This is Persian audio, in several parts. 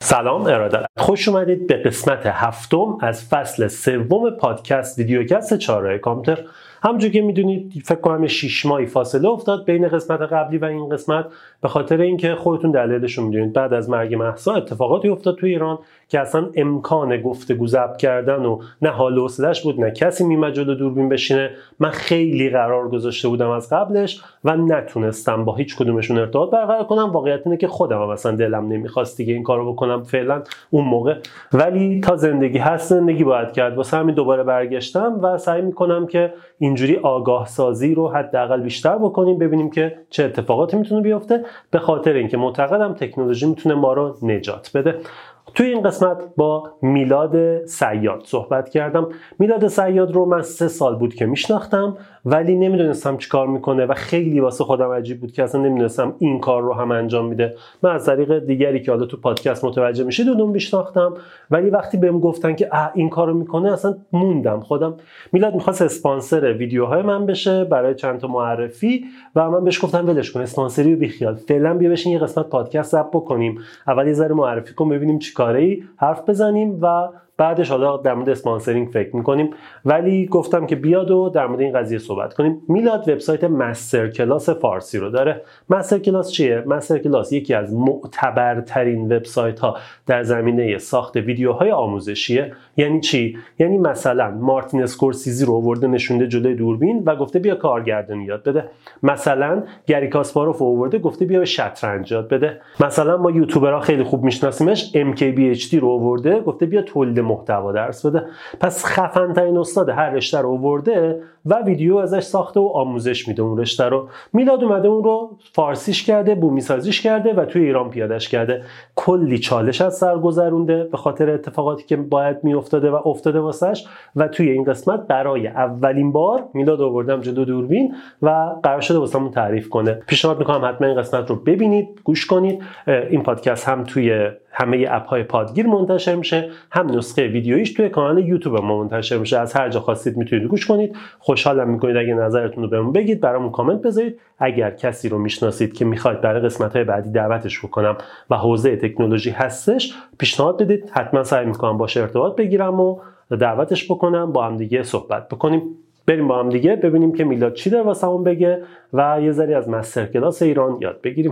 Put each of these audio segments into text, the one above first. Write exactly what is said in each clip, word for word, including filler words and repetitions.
سلام ارادت، خوش اومدید به قسمت هفتم از فصل سوم پادکست ویدیوکست چهارراه کامپیوتر. همونجوری که میدونید فکر کنم شش ماهی فاصله افتاد بین قسمت قبلی و این قسمت، به خاطر اینکه خودتون دلیلش رو میدونید. بعد از مرگ مهسا اتفاقاتی افتاد تو ایران که اصلا امکان گفتگو ضبط کردن و نه حال و حوصله‌اش بود نه کسی میمد جلو دوربین بشینه. من خیلی قرار گذاشته بودم از قبلش و نتونستم با هیچ کدومشون ارتباط برقرار کنم. واقعیت اینه که خودم هم اصلا دلم نمیخواست دیگه این کارو بکنم فعلا اون موقع، ولی تا زندگی هست زندگی باید کرد. واسه همین دوباره برگشتم و سعی میکنم که اینجوری آگاه سازی رو حداقل بیشتر بکنیم، ببینیم که چه اتفاقاتی میتونه بیفته، به خاطر اینکه معتقدم تکنولوژی میتونه ما رو نجات بده. توی این قسمت با میلاد صیاد صحبت کردم. میلاد صیاد رو من سه سال بود که میشناختم ولی نمیدونستم چی کار میکنه و خیلی واسه خودم عجیب بود که اصلا نمیدونستم این کار رو هم انجام میده. من از طریق دیگری که حالا تو پادکست متوجه میشید اونو میشناختم، ولی وقتی بهم گفتن که اه این کارو میکنه اصلا موندم خودم. میلاد میخواست اسپانسر ویدیوهای من بشه برای چند تا معرفی و من بهش گفتم ولش کن، اسپانسری رو بیخیال، فعلا بیا بشین یه قسمت پادکست ضبط بکنیم، اول یه ذره معرفی کن ببینیم چی کاری حرف بزنیم و بعدش حالا در مورد اسپانسرینگ فکر میکنیم. ولی گفتم که بیاد و در مورد این قضیه صحبت کنیم. میلاد وبسایت مستر کلاس فارسی رو داره. مستر کلاس چیه؟ مستر کلاس یکی از معتبرترین وبسایت ها در زمینه ساخت ویدیوهای آموزشیه. یعنی چی؟ یعنی مثلا مارتین اسکورسیزی رو آورده نشونده جلوی دوربین و گفته بیا کارگردانی یاد بده. مثلا گری کاسپاروف آورده گفته بیا شطرنج یاد بده. مثلا ما یوتیوبرها خیلی خوب میشناسیمش، ام کی بی اچ دی رو آورده گفته بیا تولید محتوا درس بده. پس خفن ترین استاد هر رشته رو آورده و ویدیو ازش ساخته و آموزش میده اون رشته رو. میلاد اومده اون رو فارسیش کرده، بومی سازیش کرده و توی ایران پیادهش کرده. کلی چالش از سر گذرونده به خاطر اتفاقاتی که باید میافتاده و افتاده واسش و توی این قسمت برای اولین بار میلاد آوردم جلو دوربین و قرار شده واسمون تعریف کنه. پیشنهاد میکنم حتما این قسمت رو ببینید، گوش کنید. این پادکست هم توی همه اپ‌های پادگیر منتشر میشه، هم نسخه ویدیویش توی کانال یوتیوب ما منتشر میشه. از هر جا خواستید میتونید گوش کنید. خوشحالم میکنید اگه نظرتون رو بهمون بگید، برامون کامنت بذارید. اگر کسی رو میشناسید که میخواید برای قسمت‌های بعدی دعوتش بکنم و حوزه تکنولوژی هستش، پیشنهاد بدید، حتما سعی میکنم باشه ارتباط بگیرم و دعوتش بکنم، با هم دیگه صحبت بکنیم. بریم با هم دیگه ببینیم که میلاد چی داره واسمون بگه و یه ذره از مستر کلاس ایران یاد بگیریم.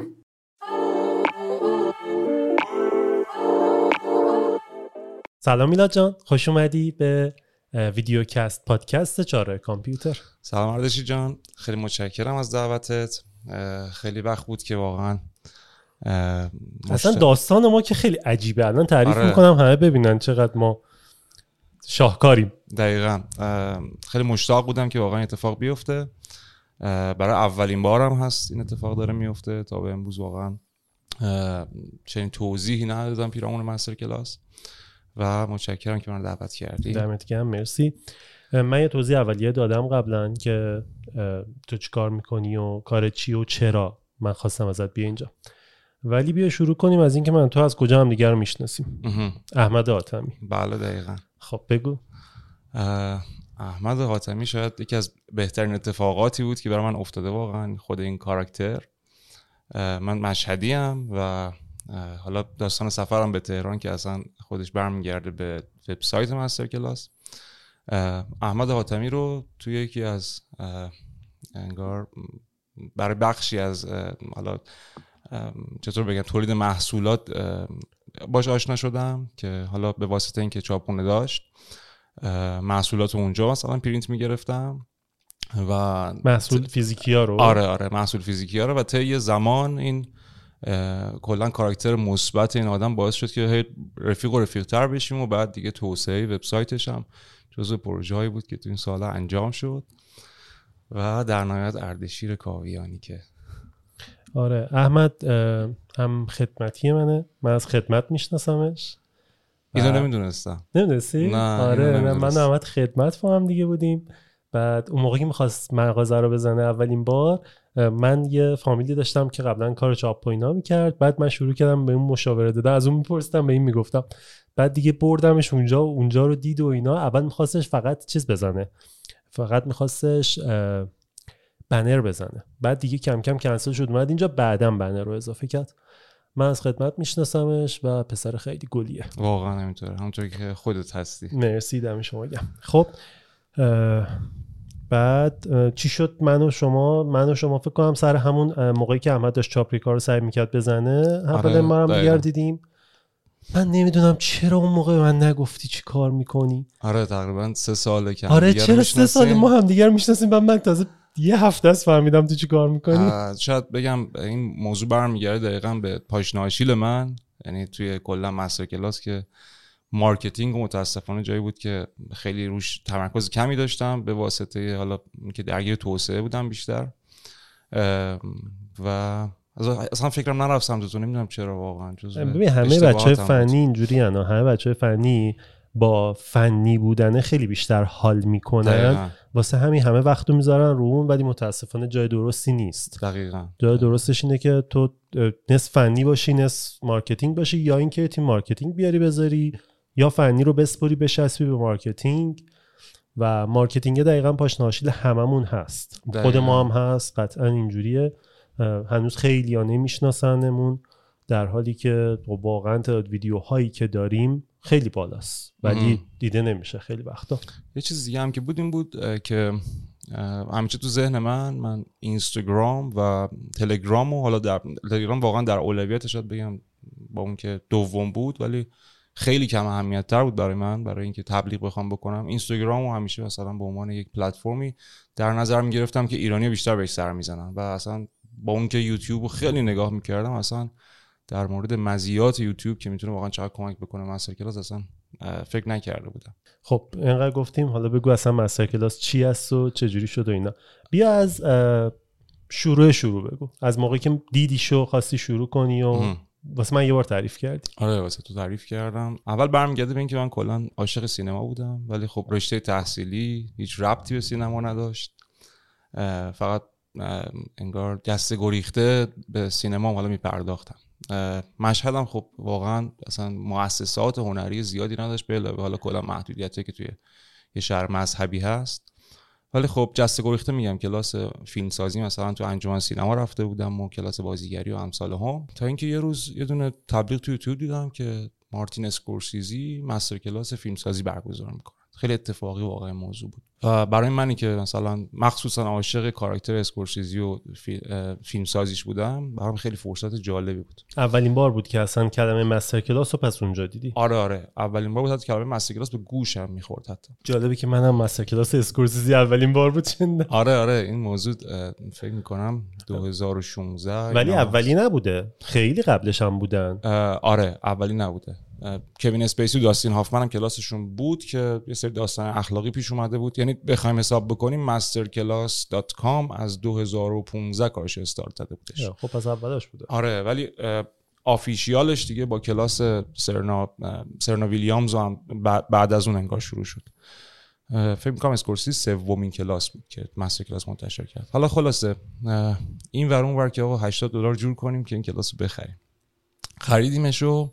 سلام میلاد جان، خوش اومدی به ویدیوکست پادکست چهارراه کامپیوتر. سلام اردشیر جان، خیلی متشکرم از دعوتت. خیلی وقت بود که واقعا اصلا داستان ما که خیلی عجیبه، الان تعریف آره. میکنم همه ببینن چقدر ما شاهکاریم. دقیقاً خیلی مشتاق بودم که واقعا اتفاق بیفته. برای اولین بارم هست این اتفاق داره میفته. تا به امروز واقعا چنین توضیحی ندادم پیرامون مستر کلاس و متشکرم که من دعوت کردی. دمت گرم، مرسی. من یه توضیح اولیه دادم قبلا که تو چی کار میکنی و کار چی و چرا من خواستم ازت بیا اینجا، ولی بیا شروع کنیم از این که من تو از کجا هم دیگر رو میشناسیم. احمد حاتمی. بله دقیقاً. خب بگو. احمد حاتمی شاید یکی از بهترین اتفاقاتی بود که برای من افتاده واقعا. خود این کاراکتر، من مشهدی ام و حالا داستان سفرم به تهران که اصلا خودش برمیگرده به وبسایت مستر کلاس. احمد حاتمی رو توی یکی از انگار برای بخشی از حالا چطور بگم تولید محصولات باش آشنا شدم که حالا به واسطه اینکه چاپخونه داشت محصولات اونجا مثلا پرینت میگرفتم و محصول فیزیکی ها رو آره آره محصول فیزیکی ها رو و طی زمان این کلا کاراکتر مثبت این آدم باعث شد که رفیق و رفیق‌تر بشیم و بعد دیگه توسعه وبسایتش هم جزو پروژه‌ای بود که تو این سالا انجام شد و در نهایت اردشیر کاویانی که آره احمد هم خدمتی منه، من از خدمت میشناسمش. اینو نمیدونستم. نمیدونستی؟ نه آره نه من احمد خدمت فهم دیگه بودیم. بعد اون موقعی که می‌خواست مغازه رو بزنه اولین بار، من یه فامیلی داشتم که قبلا کار چاپ و اینا می‌کرد. بعد من شروع کردم به اون مشاوره دادن، از اون می‌پرسیدم به این میگفتم. بعد دیگه بردمش اونجا و اونجا رو دید و اینا. اول می‌خواستش فقط چیز بزنه، فقط می‌خواستش بنر بزنه. بعد دیگه کم کم کنسل شد، اومد اینجا بعداً بنر رو اضافه کرد. من از خدمت میشناسمش و پسر خیلی گلیه. واقعا همینطوره، همونطوری که خودت هستی. مرسی، دم شما گرم. خب بعد چی شد؟ من و شما من و شما فکر کنم سر همون موقعی که احمد داشت چاپریکا رو سعی میکرد بزنه اول ما هم دیگر دیدیم. من نمیدونم چرا اون موقع من نگفتی چی کار میکنی. آره تقریبا سه ساله که آره چرا سه ساله ما هم دیگر میشناسیم و من تازه یه هفته است فهمیدم تو چی کار میکنی. شاید بگم این موضوع برمیگرده دقیقاً به پاشناشیل من، یعنی توی کلا مستر کلاس که مارکتینگ متاسفانه جایی بود که خیلی روش تمرکز کمی داشتم به واسطه حالا که درگیر توسعه بودم بیشتر و اصلا فکرم نرفت سمت، نمیدونم چرا واقعا. ببین همه بچهای فنی اینجوری ان، همه بچهای فنی با فنی بودن خیلی بیشتر حال میکنن، واسه همین همه وقتو میذارن رو اون، ولی متاسفانه جای درستی نیست. دقیقاً جای درستش اینه که تو نصف فنی باشی نصف مارکتینگ باشی، یا اینکه تیم مارکتینگ بیاری بذاری یا فنی رو بسپری بچسبی به مارکتینگ. و مارکتینگ دقیقاً پاشناشیل هممون هست، دقیقاً. خود ما هم هست، قطعاً اینجوریه. هنوز خیلی ها نمیشناسنمون، در حالی که واقعاً تعداد ویدیوهایی که داریم خیلی بالاست ولی ام. دیده نمیشه خیلی وقتا. یه چیز دیگه هم که بود این بود که همیشه تو ذهن من من اینستاگرام و تلگرام و حالا در تلگرام واقعاً در اولویت شاید بگم با اون که دوم بود ولی خیلی کم اهمیت تر بود برای من، برای اینکه تبلیغ بخوام بکنم. اینستاگرامو همیشه مثلا به عنوان یک پلتفرمی در نظر میگرفتم که ایرانی بیشتر بهش سر میزنن و اصلا با اون که یوتیوب خیلی نگاه میکردم، اصلا در مورد مزیات یوتیوب که میتونه واقعا چقدر کمک بکنه مستر کلاس اصلا فکر نکرده بودم. خب اینقدر گفتیم، حالا بگو اصلا مستر کلاس چی است و چه جوری شد و اینا. بیا از شروع شروع بگو، از موقعی که دیدی شو خواستی شروع کنی و ام. واسه من یه بار تعریف کردی. آره واسه تو تعریف کردم. اول برمیگرده به اینکه من کلا عاشق سینما بودم ولی خب رشته تحصیلی هیچ ربطی به سینما نداشت، فقط انگار دست گریخته به سینما حالا میپرداختم. مشهدم خب واقعا اصلا مؤسسات هنری زیادی نداشت به علاوه حالا کلا محدودیتی که توی یه شهر مذهبی هست، ولی خب دست گریخته میگم کلاس فیلم سازی مثلا تو انجمن سینما رفته بودم و کلاس بازیگری و امثال هم، تا اینکه یه روز یه دونه تبلیغ تو یوتیوب دیدم که مارتین اسکورسیزی مستر کلاس فیلم سازی برگزار میکنه. خیلی اتفاقی واقعا موضوع بود و برای منی که مثلا مخصوصا عاشق کاراکتر اسکورسیزی و فیلم سازیش بودم، برام خیلی فرصت جالبی بود. اولین بار بود که اصلا کلمه مستر کلاس رو پس اونجا دیدی؟ آره آره اولین بار بود که کلمه مستر کلاس به گوشم میخورد. حتی جالبه که منم مستر کلاس اسکورسیزی اولین بار بود شنیدم. آره آره این موضوع فکر میکنم دو هزار و شانزده ولی اولی نبوده، خیلی قبلش هم بودن. آره اولی نبوده. کوین اسپیسی و داستین هافمن هم کلاسشون بود که یه سری داستان اخلاقی پیش اومده بود. یعنی بخوایم حساب بکنیم مستر کلاس دات کام از دو هزار و پانزده کارش استارت زده بودش. خب پس اولش بوده. آره ولی آفیشیالش دیگه با کلاس سرنا سرنا ویلیامز هم بعد از اون انگار شروع شد. فکر می‌کنم اسکورسیزی سومین کلاس بود که مستر کلاس منتشر کرد. حالا خلاصه این ور اون ور که آقا هشتاد دلار جور کنیم که این کلاس رو بخریم. خریدیمش و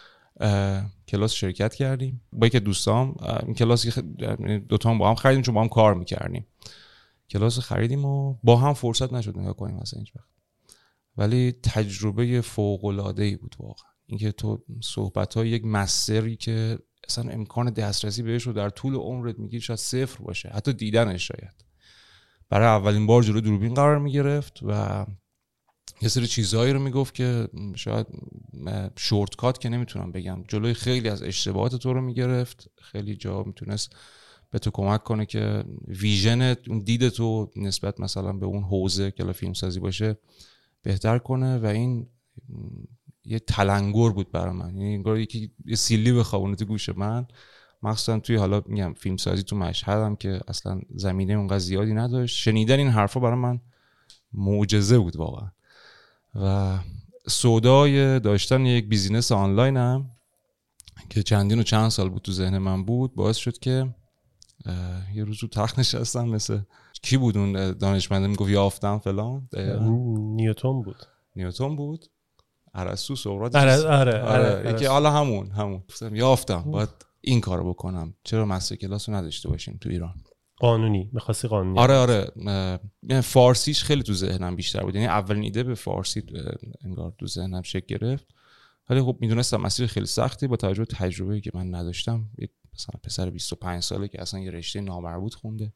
کلاس شرکت کردیم با یک دوستام. این کلاسی دو تا هم با هم خریدیم چون با هم کار می‌کردیم. کلاس خریدیم و با هم فرصت نشد نگاه کنیم مثلا هیچ وقت، ولی تجربه فوق‌العاده‌ای بود واقعا. اینکه تو صحبت‌های یک مستری که اصلا امکان دسترسی بهش رو در طول عمرت میگی شاید صفر باشه، حتی دیدنش شاید. برای اولین بار جلوی دوربین قرار میگرفت و یه سری چیزهایی رو میگفت که شاید شورت کات که نمیتونم بگم، جلوی خیلی از اشتباهات تو رو میگرفت. خیلی جا میتونست به تو کمک کنه که ویژنت، اون دید تو نسبت مثلا به اون حوزه که فیلم سازی باشه بهتر کنه و این یه تلنگر بود برای من. یعنی انگار یکی یه سیلی بخوابونه تو گوش من، مخصوصا توی حالا میگم فیلم سازی تو مشهدم که اصلا زمینه اونقدر زیادی نداشت. شنیدن این حرفا برای من معجزه بود واقعا. و سودای داشتن یک بیزینس آنلاین هم که چندین و چند سال بود تو ذهن من بود، باعث شد که یه روز رو تخت نشستم مثل کی بود اون دانشمنده میگفت یافتم فلان، نیوتن بود نیوتن بود ارسطو سقراط. آره آره آره یکی حالا همون همون گفتم یافتم باید این کارو بکنم، چرا مستر کلاس رو نداشته باشیم تو ایران. قانونی می‌خواستی قانونی؟ آره آره یعنی فارسیش خیلی تو ذهنم بیشتر بود، یعنی اولین ایده به فارسی انگار تو ذهنم شکل گرفت، ولی خب میدونستم مسیر خیلی سختی با توجه به تجربه‌ای که من نداشتم. مثلا پسر بیست و پنج ساله که اصلا یه رشته نامربوط خونده،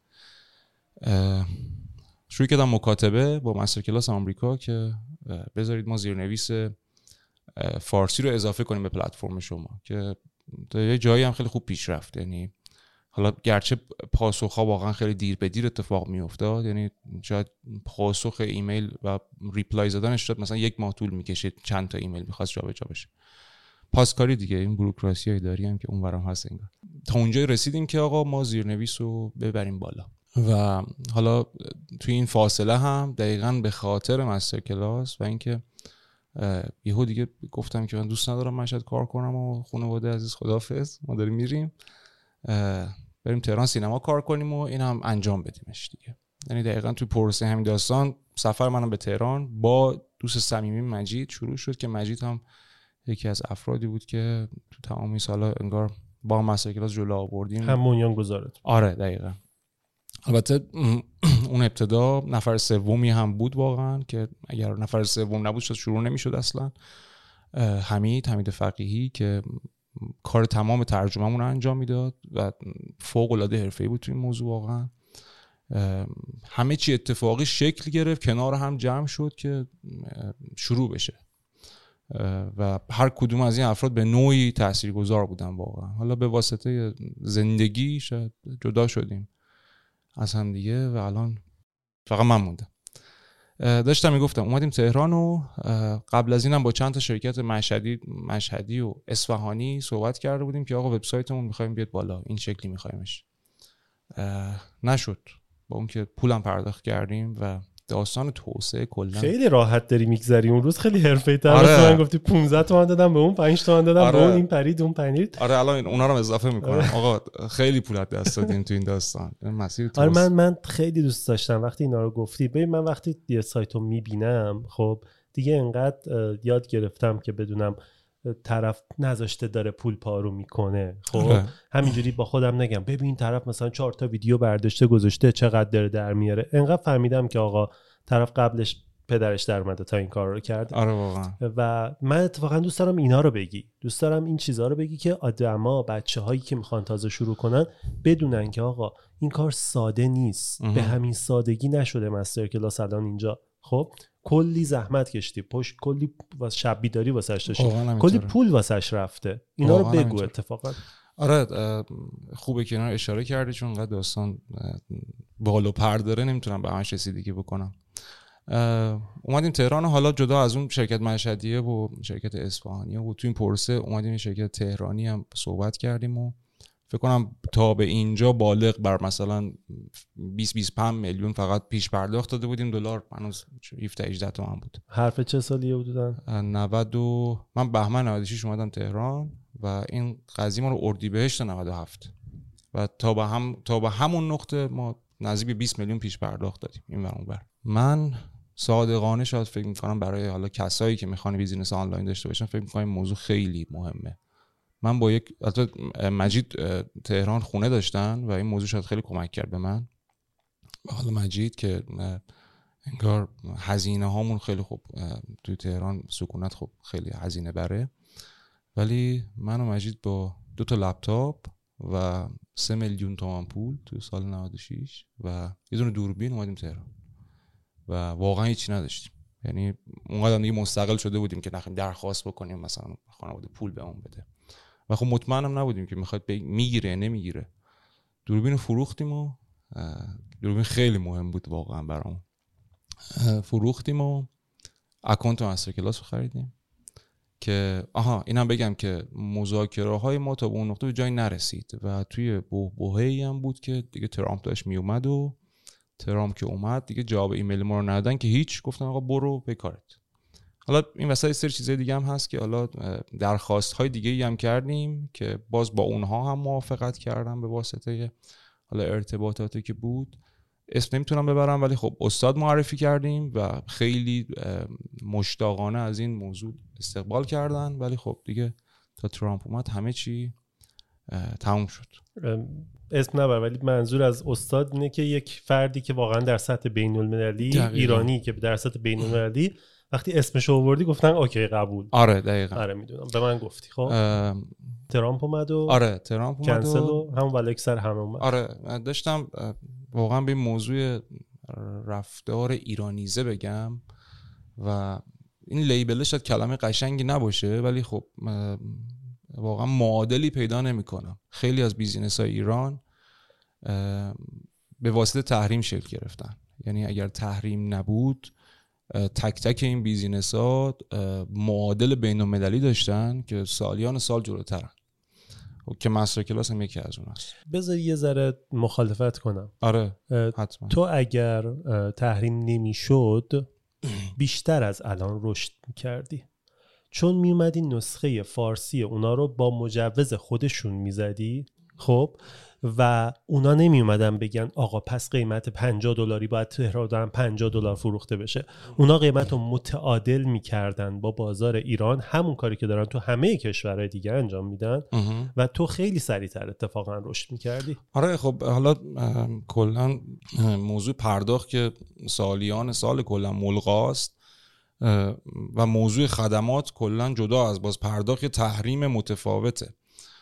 شروع کردم مکاتبه با مستر کلاس آمریکا که بذارید ما زیرنویس فارسی رو اضافه کنیم به پلتفرم شما، که تا یه جایی هم خیلی خوب پیش رفت. یعنی حالا گرچه پاسخ‌ها واقعا خیلی دیر به دیر اتفاق میافتاد، یعنی شاید پاسخ ایمیل و ریپلای زدنش شد مثلا یک ماه طول میکشید، چند تا ایمیل می‌خواست جابجا بشه. پاسکاری دیگه، این بوروکراسی اداری هم که اونورم هست انگار. تا اونجا رسیدیم که آقا ما زیرنویس رو ببریم بالا. و حالا توی این فاصله هم دقیقاً به خاطر مستر کلاس و اینکه یهو دیگه گفتم که من دوست ندارم مشهد کار کنم و خانواده عزیز خداحافظ، ما داریم میریم بریم تهران سینما کار کنیم و این هم انجام بدیمش دیگه. یعنی دقیقاً توی پروسه همین داستان سفر منم به تهران با دوست صمیمی مجید شروع شد، که مجید هم یکی از افرادی بود که تو تمام این سالا انگار با مستر کلاس جلو آوردیم، هم بنیان گذارت. آره دقیقاً. البته اون ابتدا نفر سومی هم بود واقعا، که اگر نفر سوم نبود شد شروع نمیشد اصلا. حمید حمید فقیهی که کار تمام ترجمه‌مون رو انجام میداد و فوق العاده حرفه‌ای بود تو این موضوع واقعا. همه چی اتفاقی شکل گرفت، کنار هم جمع شد که شروع بشه و هر کدوم از این افراد به نوعی تاثیرگذار بودن واقعا. حالا به واسطه زندگی شاید جدا شدیم از هم دیگه و الان فقط من موندم. داشتم میگفتم اومدیم تهران و قبل از اینم با چند تا شرکت مشهدی مشهدی و اصفهانی صحبت کرده بودیم که آقا وبسایتمون می‌خوایم بیاد بالا، این شکلی می‌خوایمش. نشد، با اون که پولم پرداخت کردیم و داستان توسعه کلا خیلی راحت داری میگذری. اون روز خیلی حرفه‌ای‌تر آره. من گفتی پانزده تومن دادم به اون، پنج تومن دادم آره. به اون، این پرید اون پنیر. آره الان اونا رو اضافه میکنم. آقا خیلی پول از دست دادیم تو این داستان. مسیر توسعه. آره من من خیلی دوست داشتم وقتی اینا رو گفتی. ببین من وقتی یه سایتو میبینم خب دیگه انقدر یاد گرفتم که بدونم طرف نذاشته داره پول پارو میکنه. خب همینجوری با خودم نگم ببین طرف مثلا چهار تا ویدیو برداشته گذاشته چقدر داره در میاره. انقدر فهمیدم که آقا طرف قبلش پدرش در اومده تا این کار رو کرده. آره واقعا. و من اتفاقا دوست دارم اینا رو بگی، دوست دارم این چیزها رو بگی که آدما بچه‌هایی که میخوان تازه شروع کنن بدونن که آقا این کار ساده نیست. به همین سادگی نشده مستر کلاس الان اینجا. خب کلی زحمت کشیدی، پشت کلی واسه شب بیداری واسش داشتی، کلی پول واسش رفته. اینا رو بگو نمیتونه. اتفاقا آره خوبه که اینا رو اشاره کردی، چون قد داستان بالا پر داره نمیتونم به همش رسیدگی بکنم. اومدیم تهران، حالا جدا از اون شرکت مشهدیه و شرکت اصفهانیه و تو این پروسه اومدیم شرکت تهرانی هم صحبت کردیم و فکر کنم تا به اینجا بالغ بر مثلا بیست بیست و پنج میلیون فقط پیش پرداخت داده بودیم دلار. هنوز هفده هجده تومن بود. حرف چه سالیه بودن؟ نود و من بهمن نود و شش اومدم تهران و این قضیه ما رو اردیبهشت نود و هفت و تا به هم تا به همون نقطه ما نزدیک بیست میلیون پیش پرداخت دادیم این ور اون ور. من صادقانه شاید فکر می‌کنم برای حالا کسایی که می‌خوان بیزینس آنلاین داشته باشن فکر می‌کنم موضوع خیلی مهمه. من با یک البته مجید تهران خونه داشتن و این موضوع شاید خیلی کمک کرد به من. حالا مجید که انگار هزینه هامون خیلی خوب توی تهران سکونت خب خیلی هزینه بره، ولی من و مجید با دو تا لپتاپ و سه میلیون تومان پول توی سال نود و شش و یه دونه دوربین اومدیم تهران و واقعا هیچی نداشتیم. یعنی اونقدر دیگه مستقل شده بودیم که نخواهیم درخواست بکنیم مثلا خانواده پول به اون بده و خب مطمئنم نبودیم که میخواد بگ... میگیره نمیگیره. دوربین رو فروختیم و دوربین خیلی مهم بود واقعا برام. فروختیم و اکانت مستر کلاس رو خریدیم که آها اینم بگم که مذاکره های ما تا به اون نقطه به جایی نرسید و توی بحبوحه‌ای هم بود که دیگه ترامپ داشت میومد و ترامپ که اومد دیگه جواب ایمیل ما رو ندادن که هیچ، گفتن آقا برو به کارت. حالا این وسط سری چیزای دیگه هم هست که حالا درخواست های دیگه ای هم کردیم که باز با اونها هم موافقت کردم به واسطه حالا ارتباطاتی که بود. اسم نمیتونم ببرم ولی خب استاد معرفی کردیم و خیلی مشتاقانه از این موضوع استقبال کردن، ولی خب دیگه تا ترامپ اومد همه چی تموم شد. اسم نبر، ولی منظور از استاد اینه که یک فردی که واقعا در سطح بین المللی، ایرانی که در سطح بین المللی وقتی اسمش آوردی گفتن اوکی قبول. آره دقیقاً. آره میدونم، به من گفتی. خب ترامپ اومد و آره ترامپ اومد کنسل و هم ولکسر هم اومد. آره داشتم واقعا به موضوع رفتار ایرانیزه بگم و این لیبلش شاید کلمه قشنگی نباشه، ولی خب واقعا معادلی پیدا نمی‌کنم. خیلی از بیزینس‌های ایران به واسطه تحریم شکل گرفتن. یعنی اگر تحریم نبود تک تک این بیزینس‌ها معادل بین‌المللی داشتن که سالیان سال جلوترن که مستر کلاس هم یکی از اون هست. بذار یه ذره مخالفت کنم. آره حتما. تو اگر تحریم نمی‌شد بیشتر از الان رشد می‌کردی، چون میومدی نسخه فارسی اونا رو با مجوز خودشون میزدی. خب و اونا نمی اومدن بگن آقا پس قیمت پنجاه دلاری باید تهران پنجاه دلار فروخته بشه. اونا قیمت رو متعادل میکردن با بازار ایران، همون کاری که دارن تو همه کشورهای دیگه انجام میدن و تو خیلی سریعتر اتفاقا رشد میکردی. آره خب حالا کلا موضوع پرداخت که سالیان سال کلا ملغاست و موضوع خدمات کلا جدا از باز پرداخت تحریم متفاوته.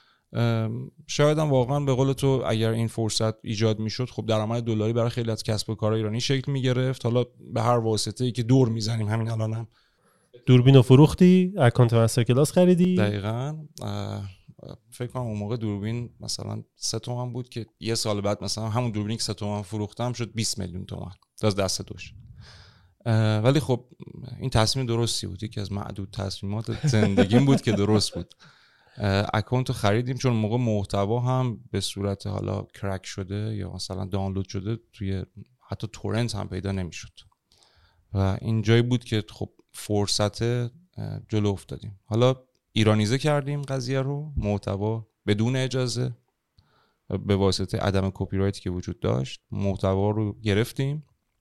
شاید هم واقعا به قول تو اگر این فرصت ایجاد میشد خب درآمد دلاری برای خیلی از کسب و کارهای ایرانی شکل میگرفت. حالا به هر واسطه‌ای که دور میزنیم، همین الانم هم دوربینو فروختی، اکانت مستر کلاس خریدی. دقیقاً. فکر کنم اون موقع دوربین مثلا سه تومن بود که یه سال بعد مثلا همون دوربینی که سه تومن فروختم شد بیست میلیون تومان از دست دوش. ولی خب این تصمیم درستی بود، یکی از معدود تصمیمات زندگیم بود که درست بود. اکانتو خریدیم چون موقع محتوا هم به صورت حالا کرک شده یا مثلا دانلود شده توی حتی تورنت هم پیدا نمیشد و این جایی بود که خب فرصت جلو افتادیم. حالا ایرانیزه کردیم قضیه رو، محتوا بدون اجازه به واسطه عدم کپی رایتی که وجود داشت محتوا رو گرفتیم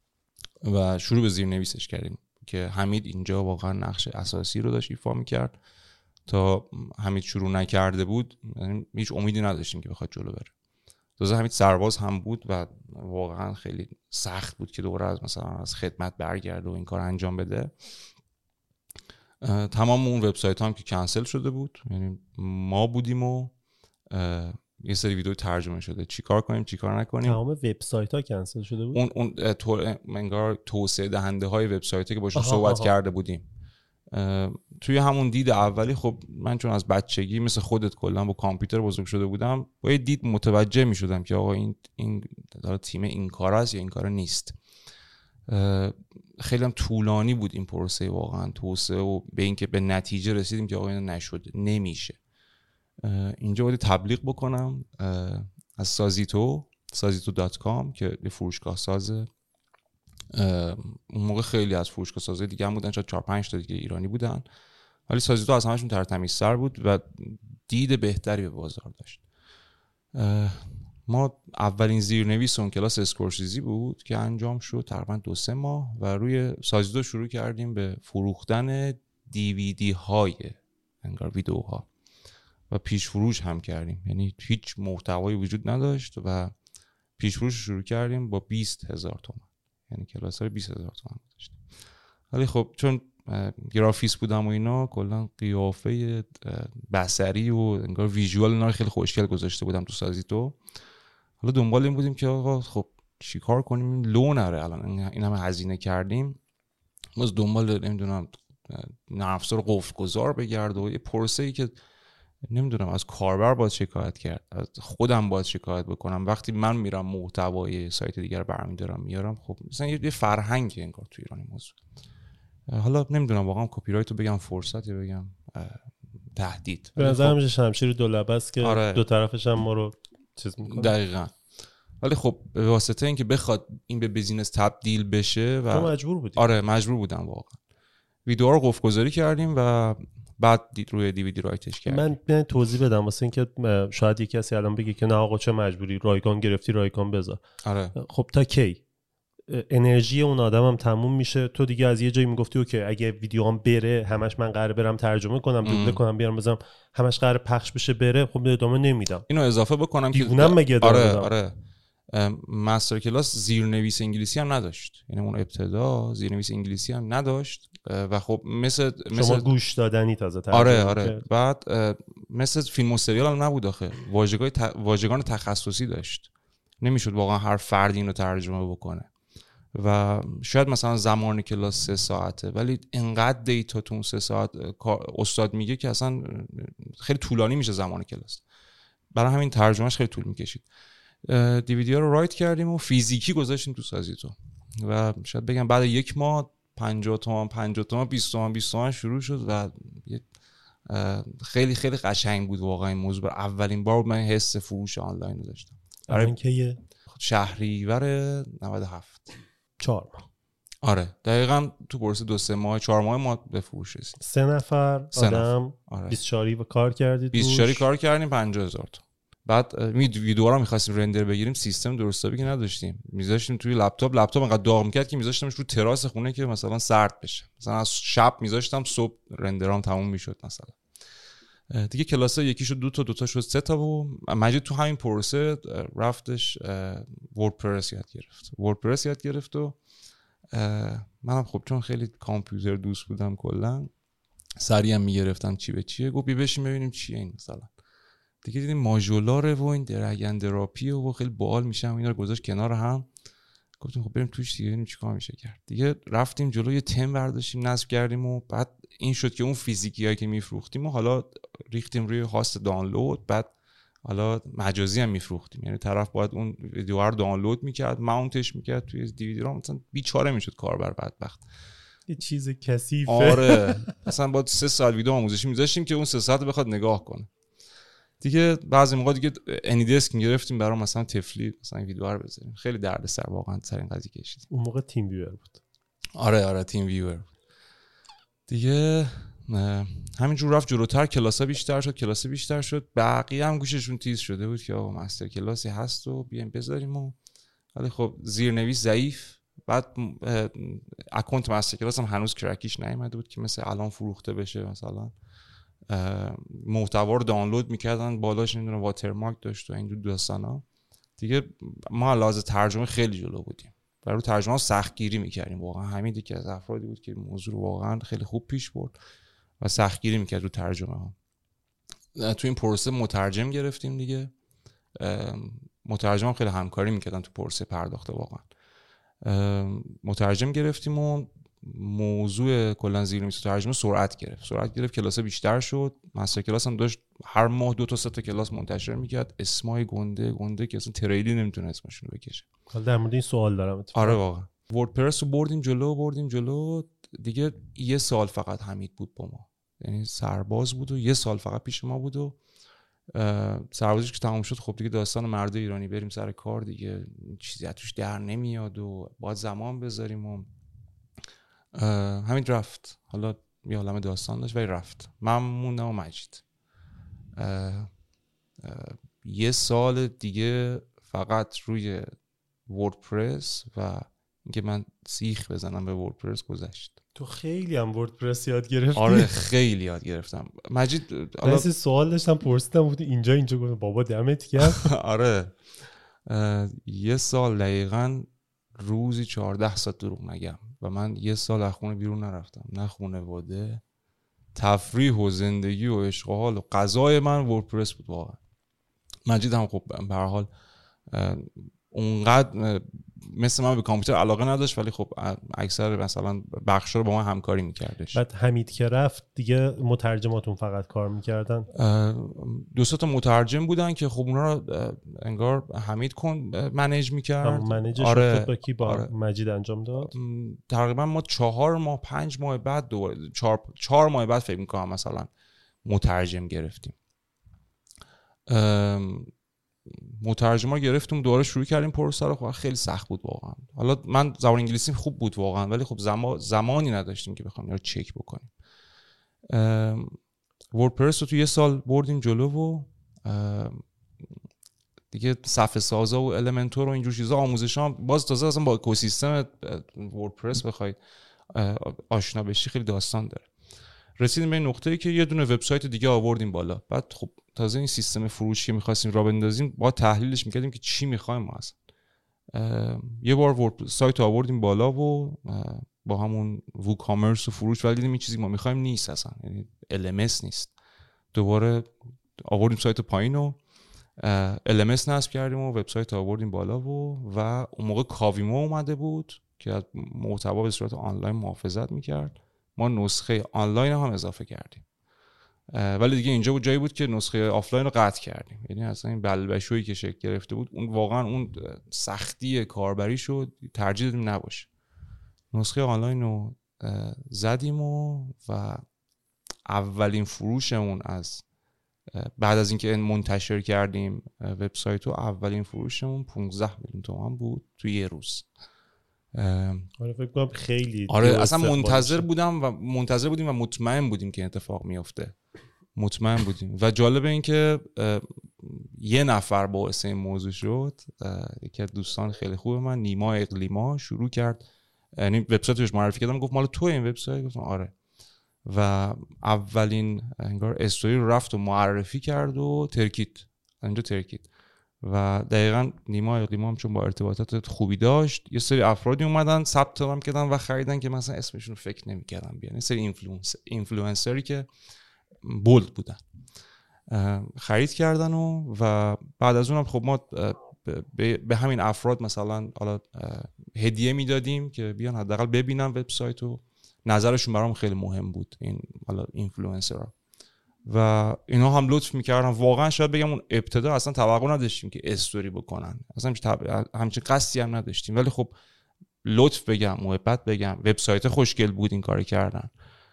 و شروع به زیرنویسش کردیم که حمید اینجا واقعا نقش اساسی رو داشت ایفا میکرد. تا حمید شروع نکرده بود یعنی هیچ امیدی نداشتیم که بخواد جلو بره. تازه حمید سرباز هم بود و واقعا خیلی سخت بود که دوباره از مثلا از خدمت برگرده و این کار انجام بده. تمام اون وبسایت هم که کنسل شده بود، یعنی ما بودیم و یه سری ویدیو ترجمه شده چیکار کنیم چیکار نکنیم. تمام وبسایت ها کنسل شده بود. اون اون تو انگار توسعه دهنده های وبسایتی که باشون صحبت آها. کرده بودیم توی همون دید اولی. خب من چون از بچگی مثل خودت کلا با کامپیوتر بزرگ شده بودم، با یه دید متوجه می شدم که آقا این این داره تیم این کار است یا این کار نیست. خیلی هم طولانی بود این پروسه واقعا توسعه و به این که به نتیجه رسیدیم که آقا این نشد نمیشه. اینجا باید تبلیغ بکنم از سازیتو سازیتو دات کام که یه فروشگاه سازه. اون موقع خیلی از فروشگاه سازهای دیگه هم بودن، شاید چهار پنج تا دیگه ایرانی بودن، ولی سازیتو از همشون ترتمیزتر بود و دید بهتری به بازار داشت. ما اولین زیرنویس اون کلاس اسکورسیزی بود که انجام شد تقریبا دو سه ماه و روی سازیتو شروع کردیم به فروختن دیویدی های انگار ویدیوها و پیش فروش هم کردیم. یعنی هیچ محتوایی وجود نداشت و پیش فروش شروع کردیم با بیست هزار تومان، یعنی کلاس های بیست هزار تومان داشتیم. ولی خب چون گرافیست بودم و اینا کلا قیافه بصری و انگار ویژوال اینا رو خیلی خوشگل گذاشته بودم تو سازیتو. حالا دنبال این بودیم که آقا خب چیکار کنیم لو نره، الان این همه هزینه کردیم باز دنبال نمیدونم نرم افزار قفل گذار بگرد و یه پروسه‌ای که نمیدونم از کاربر باید شکایت کرد، از خودم باید شکایت بکنم. وقتی من میرم محتوای سایت دیگر برمی‌دارم میارم، خب مثلا یه فرهنگ انگار تو ایران موضوع. حالا نمیدونم واقعا کپی رایت رو بگم فرصت یا بگم تهدید. به نظر میاد شمشیر دو لبه است که آره. دو طرفش هم ما رو چیز میکنه. دقیقاً. ولی خب به واسطه اینکه بخواد این به بیزینس تبدیل بشه و تو مجبور بودی. آره مجبور بودم واقعا. ویدیوها رو قفل گذاری کردیم و بعد روی دیویدی رایتش کردیم. من من توضیح بدم واسه اینکه شاید یکی کسی الان بگه که نه آقا چه مجبوری، رایگان گرفتی رایگان بذار. آره. خب تا کی انرژی اون آدمم تموم میشه. تو دیگه از یه جایی میگفتی اوکی اگه ویدیوام بره همش من قراره برم ترجمه کنم دوبله کنم بیارم بزنم همش قراره پخش بشه بره، خب ادامه نمیدم. اینو اضافه بکنم که دیوونم مگه ادامه آره بدم؟ آره مستر کلاس زیرنویس انگلیسی هم نداشت، یعنی اون ابتدا زیرنویس انگلیسی هم نداشت و خب مثل شما مثل گوش دادنی تازه ترجمه آره آره کرد. بعد مثل فیلم و سریال هم نبود آخه، واژگان ت... واژگان تخصصی داشت، نمیشد واقعا هر فردی اینو ترجمه بکنه و شاید مثلا زمان کلاس سه ساعته ولی اینقدر دیتا تو اون سه ساعت استاد میگه که اصلا خیلی طولانی میشه زمان کلاس، برای همین ترجمهش خیلی طول میکشید. دیویدی ها رو رایت کردیم و فیزیکی گذاشتیم تو سازی تو و شاید بگم بعد یک ماه پنجاه تومن پنجاه تومن بیست تومن بیست تومن شروع شد و خیلی خیلی قشنگ بود واقعا این موضوع. اولین بار بود من حس فروش آنلاین رو داشتم. برای اینکه شهریور نود و هفت چهار ماه آره دقیقاً تو پروسه دو سه ماه چهار ماه ما به فروش رسیدیم. سه نفر سه آدم نفر. آره. بیست شاری و کار کردید بیست شاری کار کردیم پنجاه هزار تا. بعد ویدیو رو می‌خواستیم رندر بگیریم سیستم درستابی که نداشتیم، می‌ذاشتیم توی لپتاپ لپتاپ انقدر داغ می‌کرد که می‌ذاشتمش رو تراس خونه که مثلا سرد بشه، مثلا از شب می‌ذاشتم صبح رندرام تموم می‌شد مثلا. دیگه کلاس یکیشو دو تا دو تا شد سه تا و مجید تو همین پروسه رفتش وردپرس یاد گرفت. وردپرس یاد گرفت و منم خب چون خیلی کامپیوتر دوست بودم کلا سریع هم میگرفتم چی به چیه، گفت بیا بشین ببینیم چیه این مثلا. دیگه دیدیم ماژولاره و این درگن دراپیه و خیلی باحال میشه، اینا رو گذاشت کنار هم، گفتیم خب بریم توش دیگه ببینیم چیکار میشه کرد. دیگه رفتیم جلو یه تم برداشتیم نصب کردیم و بعد این شد که اون فیزیکیایی که میفروختیم و حالا ریختیم روی هاست دانلود، بعد حالا مجازی هم میفروختیم، یعنی طرف باید اون ویدیو رو دانلود میکرد ماونتش میکرد توی دیویدی رام، مثلا بیچاره میشد کاربر بدبخت. یه چیز کثیفه. آره مثلا با سه ساعت ویدیو آموزشی میذاشتیم که اون سه ساعت بخواد نگاه کنه. دیگه بعضی موقع دیگه انیدسک گرفتیم برای مثلا تفلی مثلا ویدیو رو بذاریم، خیلی دردسر واقعا سر این قضیه کشید. اون موقع تیم ویور بود. آره آره تیم ویور. دیگه همینجور رفت جلوتر، کلاسا بیشتر شد کلاس بیشتر شد بقیه هم گوششون تیز شده بود که آقا مستر کلاسی هست و بیایم بذاریم و ولی خب زیرنویس ضعیف. بعد اکانت مستر کلاس هم هنوز کرکیش نیومده بود که مثل الان فروخته بشه، مثلا محتوا رو دانلود میکردن بالاش نمیدونم واترمارک داشت و این داستانا. دیگه ما لازم ترجمه خیلی جلو بودیم، برای ترجمه سختگیری میکردیم واقعا. حمید که از افرادی بود که موضوع رو واقعا خیلی خوب پیش برد و سختگیری میکرد رو ترجمه ها. تو این پروسه مترجم گرفتیم دیگه، مترجم خیلی همکاری میکردن تو پروسه پرداخته واقعا. مترجم گرفتیم و موضوع کلا زیرنویس ترجمه سرعت گرفت سرعت گرفت کلاس بیشتر شد. مستر کلاس هم داشت هر ماه دو تا سه تا کلاس منتشر میکرد، اسمای گنده گنده که اصلا تریلی نمیتونه اسمشون رو بکشه. حالا در مورد این سوال دارم اتفاقا. آره واقعا وردپرس رو بردیم جلو بردیم جلو دیگه. یه سال فقط حمید بود با ما، یعنی سرباز بود و یه سال فقط پیش ما بود و سربازیش که تمام شد خب دیگه داستان مرد ایرانی بریم سر کار دیگه، چیزی از توش در نمیاد و باید زمان بذاریم و همین رفت. حالا یه عالمه داستان داشت ولی رفت. من موندم و مجید اه اه یه سال دیگه فقط روی وردپرس و اینکه من سیخ بزنم به وردپرس گذشت. تو خیلی هم وردپرس یاد گرفتی. آره خیلی یاد گرفتم. مجید حالا سوال داشتم پرسیدم بود اینجا اینجا گفتم بابا دمت گرم. آره یه سال دقیقاً روزی چهارده ساعت دروغ نگم و من یه سال از خونه بیرون نرفتم، نه خانواده، تفریح و زندگی و عشق و حال و غذای من وردپرس بود واقعا. مجید هم خب به هر حال اونقدر مثل من به کامپیوتر علاقه نداشت ولی خب اکثر مثلا بخشا رو با ما همکاری میکردش. بعد حمید که رفت دیگه مترجماتون فقط کار میکردن؟ دو سه تا مترجم بودن که خب اونا رو انگار حمید کن منیج میکرد. منیجش آره. با کی با آره. مجید انجام داد؟ تقریبا ما چهار ماه پنج ماه بعد دوباره چهار چهار ماه بعد فکر میکنم مثلا مترجم گرفتیم. مترجما گرفتیم دوباره شروع کردیم پروسه رو. خب خیلی سخت بود واقعا. حالا من زبان انگلیسی خوب بود واقعا ولی خب زمان زمانی نداشتیم که بخوام اینو چک بکنیم. وردپرس رو تو یه سال بردیم جلو و دیگه صفحه سازا و المنتور و اینجور چیزا آموزشام باز تازه اصلا با اکوسیستم وردپرس بخواید آشنا بشی خیلی داستان داره. رسیدیم به نقطه‌ای که یه دونه وبسایت دیگه آوردیم بالا. بعد خب تازه این سیستم فروشی که می‌خواستیم راه بندازیم با تحلیلش می‌کردیم که چی می‌خوایم ما اصلا. یه بار ورد سایت آوردیم بالا و با همون ووکامرس و فروش ولی دیدیم این چیزی ما می‌خوایم نیست اصلا، یعنی ال ام اس نیست. دوباره آوردیم سایت پایین و ال ام اس نصب کردیم و وبسایت آوردیم بالا و و اون موقع کاویمو اومده بود که از محتوا به صورت آنلاین محافظت می‌کرد. ما نسخه آنلاین هم اضافه کردیم، ولی دیگه اینجا بود جایی بود که نسخه آفلاین رو قطع کردیم. یعنی اصلا این بلبشویی که شکل گرفته بود اون واقعا اون سختی کاربری شد ترجیح دادیم نباشه. نسخه آنلاین رو زدیم و و اولین فروشمون از بعد از اینکه منتشر کردیم وبسایت رو اولین فروشمون پانزده میلیون تومان بود توی یه روز. آره فکر کنم خیلی آره اصلا منتظر بودم و منتظر بودیم و مطمئن بودیم که اتفاق میفته، مطمئن بودیم. و جالب این که یه نفر باعث این موضوع شد، یکی از دوستان خیلی خوب من نیما اقلیما شروع کرد، یعنی وبسایتش معرفی کردم گفت مال تو این وبسایت؟ گفتم آره. و اولین انگار استوری رو رفت و معرفی کرد و ترکید اینجا ترکید و دقیقاً نیما اقلیما هم چون با ارتباطات خوبی داشت یه سری افرادی اومدن ثبت نام کردن و خریدن که مثلا اسمشون رو فکر نمی‌کردم بیان، یه سری اینفلوئنسر اینفلوئنسری که بولد بودن خرید کردن و و بعد از اونم خب ما به همین افراد مثلا حالا هدیه میدادیم که بیان حداقل ببینن وبسایت و نظرشون برام خیلی مهم بود این حالا اینفلوئنسرها و اینا هم لطف میکردن. واقعا شاید بگم اون ابتدا اصلا توقع نداشتیم که استوری بکنن، اصلا همچین قصدی هم نداشتیم، ولی خب لطف بگم محبت بگم وبسایت خوشگل بود این کارو کردن،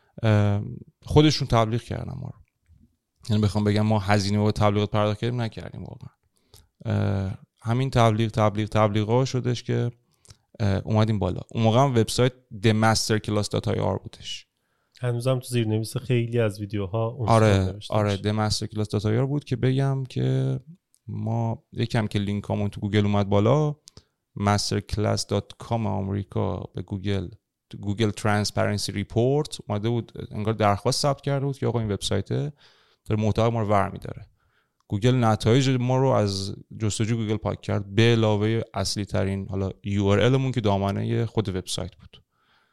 خودشون تبلیغ کردن ما رو. یعنی بخوام بگم ما هزینه و تبلیغات پرداخت کردیم نکردیم، واقعا همین تبلیغ تبلیغ تبلیغا شدش که اومدیم بالا. اون موقع هم وبسایت the masterclass dot i r بودش، هنوزم تو زیرنویس خیلی از ویدیوها اون آره آره the masterclass dot i r بود که بگم که ما یکم که لینکامون تو گوگل اومد بالا masterclass dot com آمریکا به گوگل تو گوگل ترانسپرنسی ریپورت اومده بود، انگار درخواست ثبت کرده بود که آقا این وبسایت داره محتوا ما رو برمی‌داره. گوگل نتایج ما رو از جستجو گوگل پاک کرد به علاوه اصلی ترین حالا یو آر ال مون که دامنه خود وبسایت بود.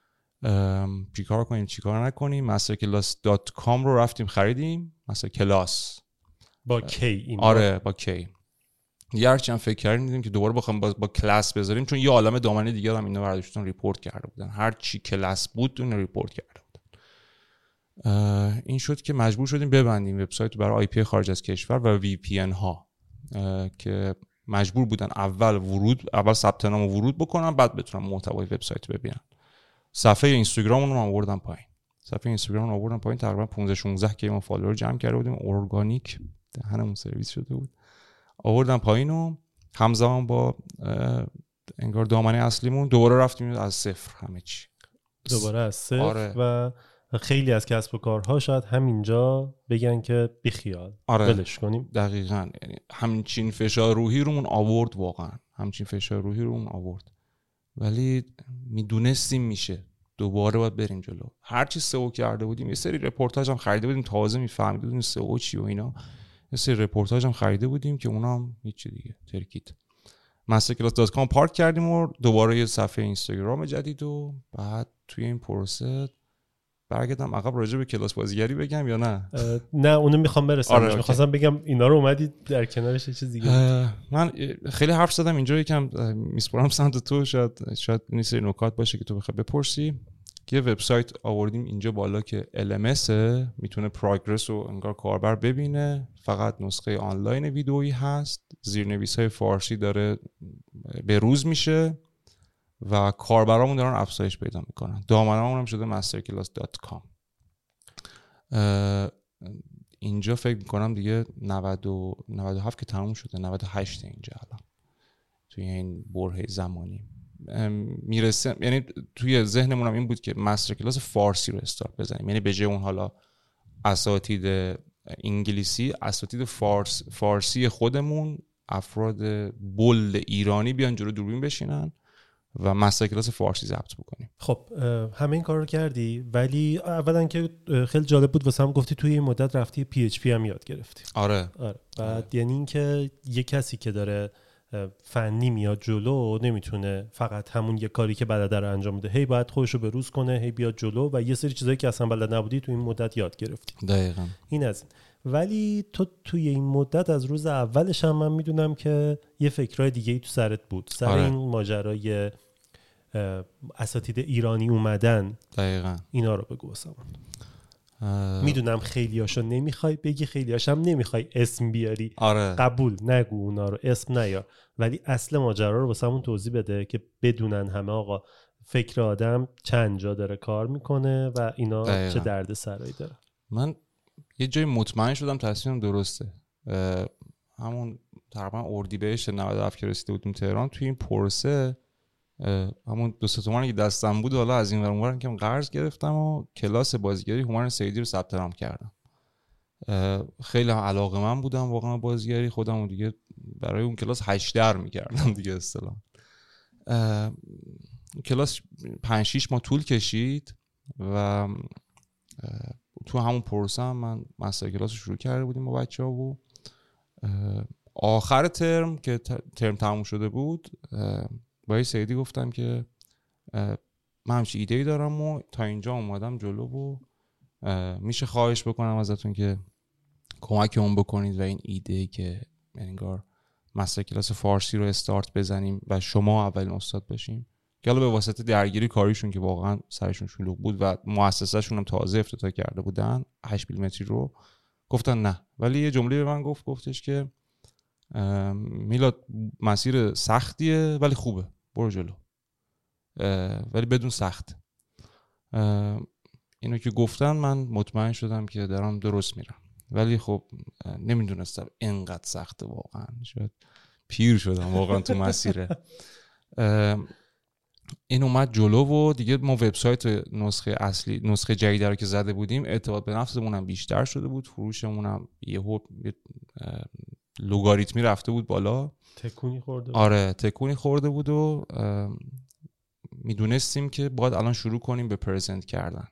چیکار کنیم چیکار نکنیم masterclass dot com رو رفتیم خریدیم، masterclass با کی این آره با کی یه هرچند فکر کردیم دیدیم که دوباره بخوام با, با کلاس بذاریم چون یه عالمه دامنه دیگه هم اینا برداشتن ریپورت کرده بودن، هر چی کلاس بود اون ریپورت کرده بودن. این شد که مجبور شدیم ببندیم وبسایت برای آی پی خارج از کشور و وی پی ان ها که مجبور بودن اول ورود اول ثبت نام و ورود بکنن بعد بتونن محتوای وبسایت ببینن. صفحه اینستاگراممون رو آوردن پایین، صفحه اینستاگرام رو آوردن پایین، تقریبا پانزده شانزده که ما فالوور جمع کرده بودیم، ارگانیک دهنمون سرویس شده بود. آوردن پایین و همزمان با انگار دامنه اصلیمون دوباره رفتیم از صفر همه چی دوباره از صفر. آره. و خیلی از کسب و کارها شاید همینجا بگن که بیخیال آره. بلش کنیم. دقیقاً یعنی همچین فشار روحی رومون آورد، واقعا همچین فشار روحی رومون آورد، ولی میدونستیم میشه، دوباره باید بریم جلو. هر چی سئو کرده بودیم، یه سری رپورتاج هم خریده بودیم تازه میفهمیده بودیم سئو چی و اینا، یه سری رپورتاج هم خریده بودیم که اونا هم هیچ دیگه ترکید. masterclass dot com پارک کردیم و دوباره یه صفحه اینستاگرام جدید و بعد توی این پروسه برگردم عقب راجع به کلاس بازیگری بگم یا نه؟ نه اونو میخوام برسم. آره میخواستم بگم اینا رو اومدی در کنارش یه چیز دیگه. من خیلی حرف زدم اینجا، یکم میسپرم سمت تو، شاید شاید این سری نکات باشه که تو بخوای بپرسی. یه وبسایت آوردیم اینجا بالا که ال ام اس میتونه پروگرس و انگار کاربر ببینه، فقط نسخه آنلاین ویدئویی هست، زیرنویس‌های فارسی داره به روز میشه و کاربرامون دارن افزایش پیدا میکنن. دامنمون هم شده masterclass dot com. اینجا فکر میکنم دیگه نود و هفت که تموم شده، نود و هشت اینجا الان توی این برهه زمانی میرسه. یعنی توی ذهنمون هم این بود که masterclass فارسی رو استارت بزنیم، یعنی به جای اون حالا اساتید انگلیسی، اساتید فارس فارسی خودمون افراد بولد ایرانی بیان جلو دوربین بشینن و مستر کلاس فارسی ضبط بکنیم. خب همه این کار رو کردی، ولی اولا که خیلی جالب بود واسه هم گفتی توی این مدت رفتی پی اچ پی هم یاد گرفتی. آره آره. بعد آره. یعنی این که یه کسی که داره فنی میاد جلو نمیتونه فقط همون یه کاری که بلده رو انجام بده، هی باید خودش رو بروز کنه، هی بیاد جلو و یه سری چیزایی که اصلا بلد نبودی تو این مدت یاد گرفتی. دقیقاً. این از این. ولی تو توی این مدت از روز اولش هم من میدونم که یه فکرای دیگه ای تو سرت بود سر آره. این ماجرای اساتید ایرانی اومدن. دقیقاً. اینا رو بگو واسم. میدونم خیلیاشو نمیخوای بگی، خیلیاشم نمیخوای اسم بیاری. آره. قبول، نگو اونا رو، اسم نیار، ولی اصل ماجرا رو واسمون توضیح بده که بدونن همه آقا فکر آدم چند جا داره کار میکنه و اینا دقیقا. چه درد سرایی داره. من یه جای مطمئن شدم تصمیمم درسته. همون تقریبا اردیبهشت نود و هفت که رسیده بودیم تهران، توی این پرسه همون دو سه تومانی که دستم بود حالا از این ور اونور که قرض گرفتم و کلاس بازیگری هومن سیدی رو ثبت نام کردم. خیلی علاقه‌مند بودم واقعا بازیگری، خودم دیگه برای اون کلاس هشت در می‌کردم دیگه اصطلاحاً. کلاس پنج شش ماه طول کشید و تو همون پروسه هم من مستر کلاس رو شروع کرده بودیم با بچه‌ها و آخر ترم که ترم تموم شده بود با سیدی گفتم که من همچین ایده‌ای دارم و تا اینجا اومدم جلو و میشه خواهش بکنم ازتون که کمکمون بکنید و این ایده که انگار مستر کلاس فارسی رو استارت بزنیم و شما اولین استاد باشیم، که حالا به واسطه درگیری کاریشون که واقعا سرشون شلوغ بود و مؤسسه‌شون هم تازه افتتاح کرده بودن هشت میلیمتری رو، گفتن نه. ولی یه جمله به من گفت گفتش که میلاد مسیر سختیه ولی خوبه، برو جلو، ولی بدون سخت. اینو که گفتن من مطمئن شدم که دارم درست میرم، ولی خب نمیدونستم اینقدر سخته واقعا. شاید پیر شدم واقعا تو مسیره. این اومد جلو و دیگه ما وبسایت نسخه اصلی نسخه جدید رو که زده بودیم اعتماد به نفسمون هم بیشتر شده بود، فروشمون هم یهو لوگاریتمی رفته بود بالا، تکونی خورده بود. آره تکونی خورده بود و میدونستیم که باید الان شروع کنیم به پرزنت کردن.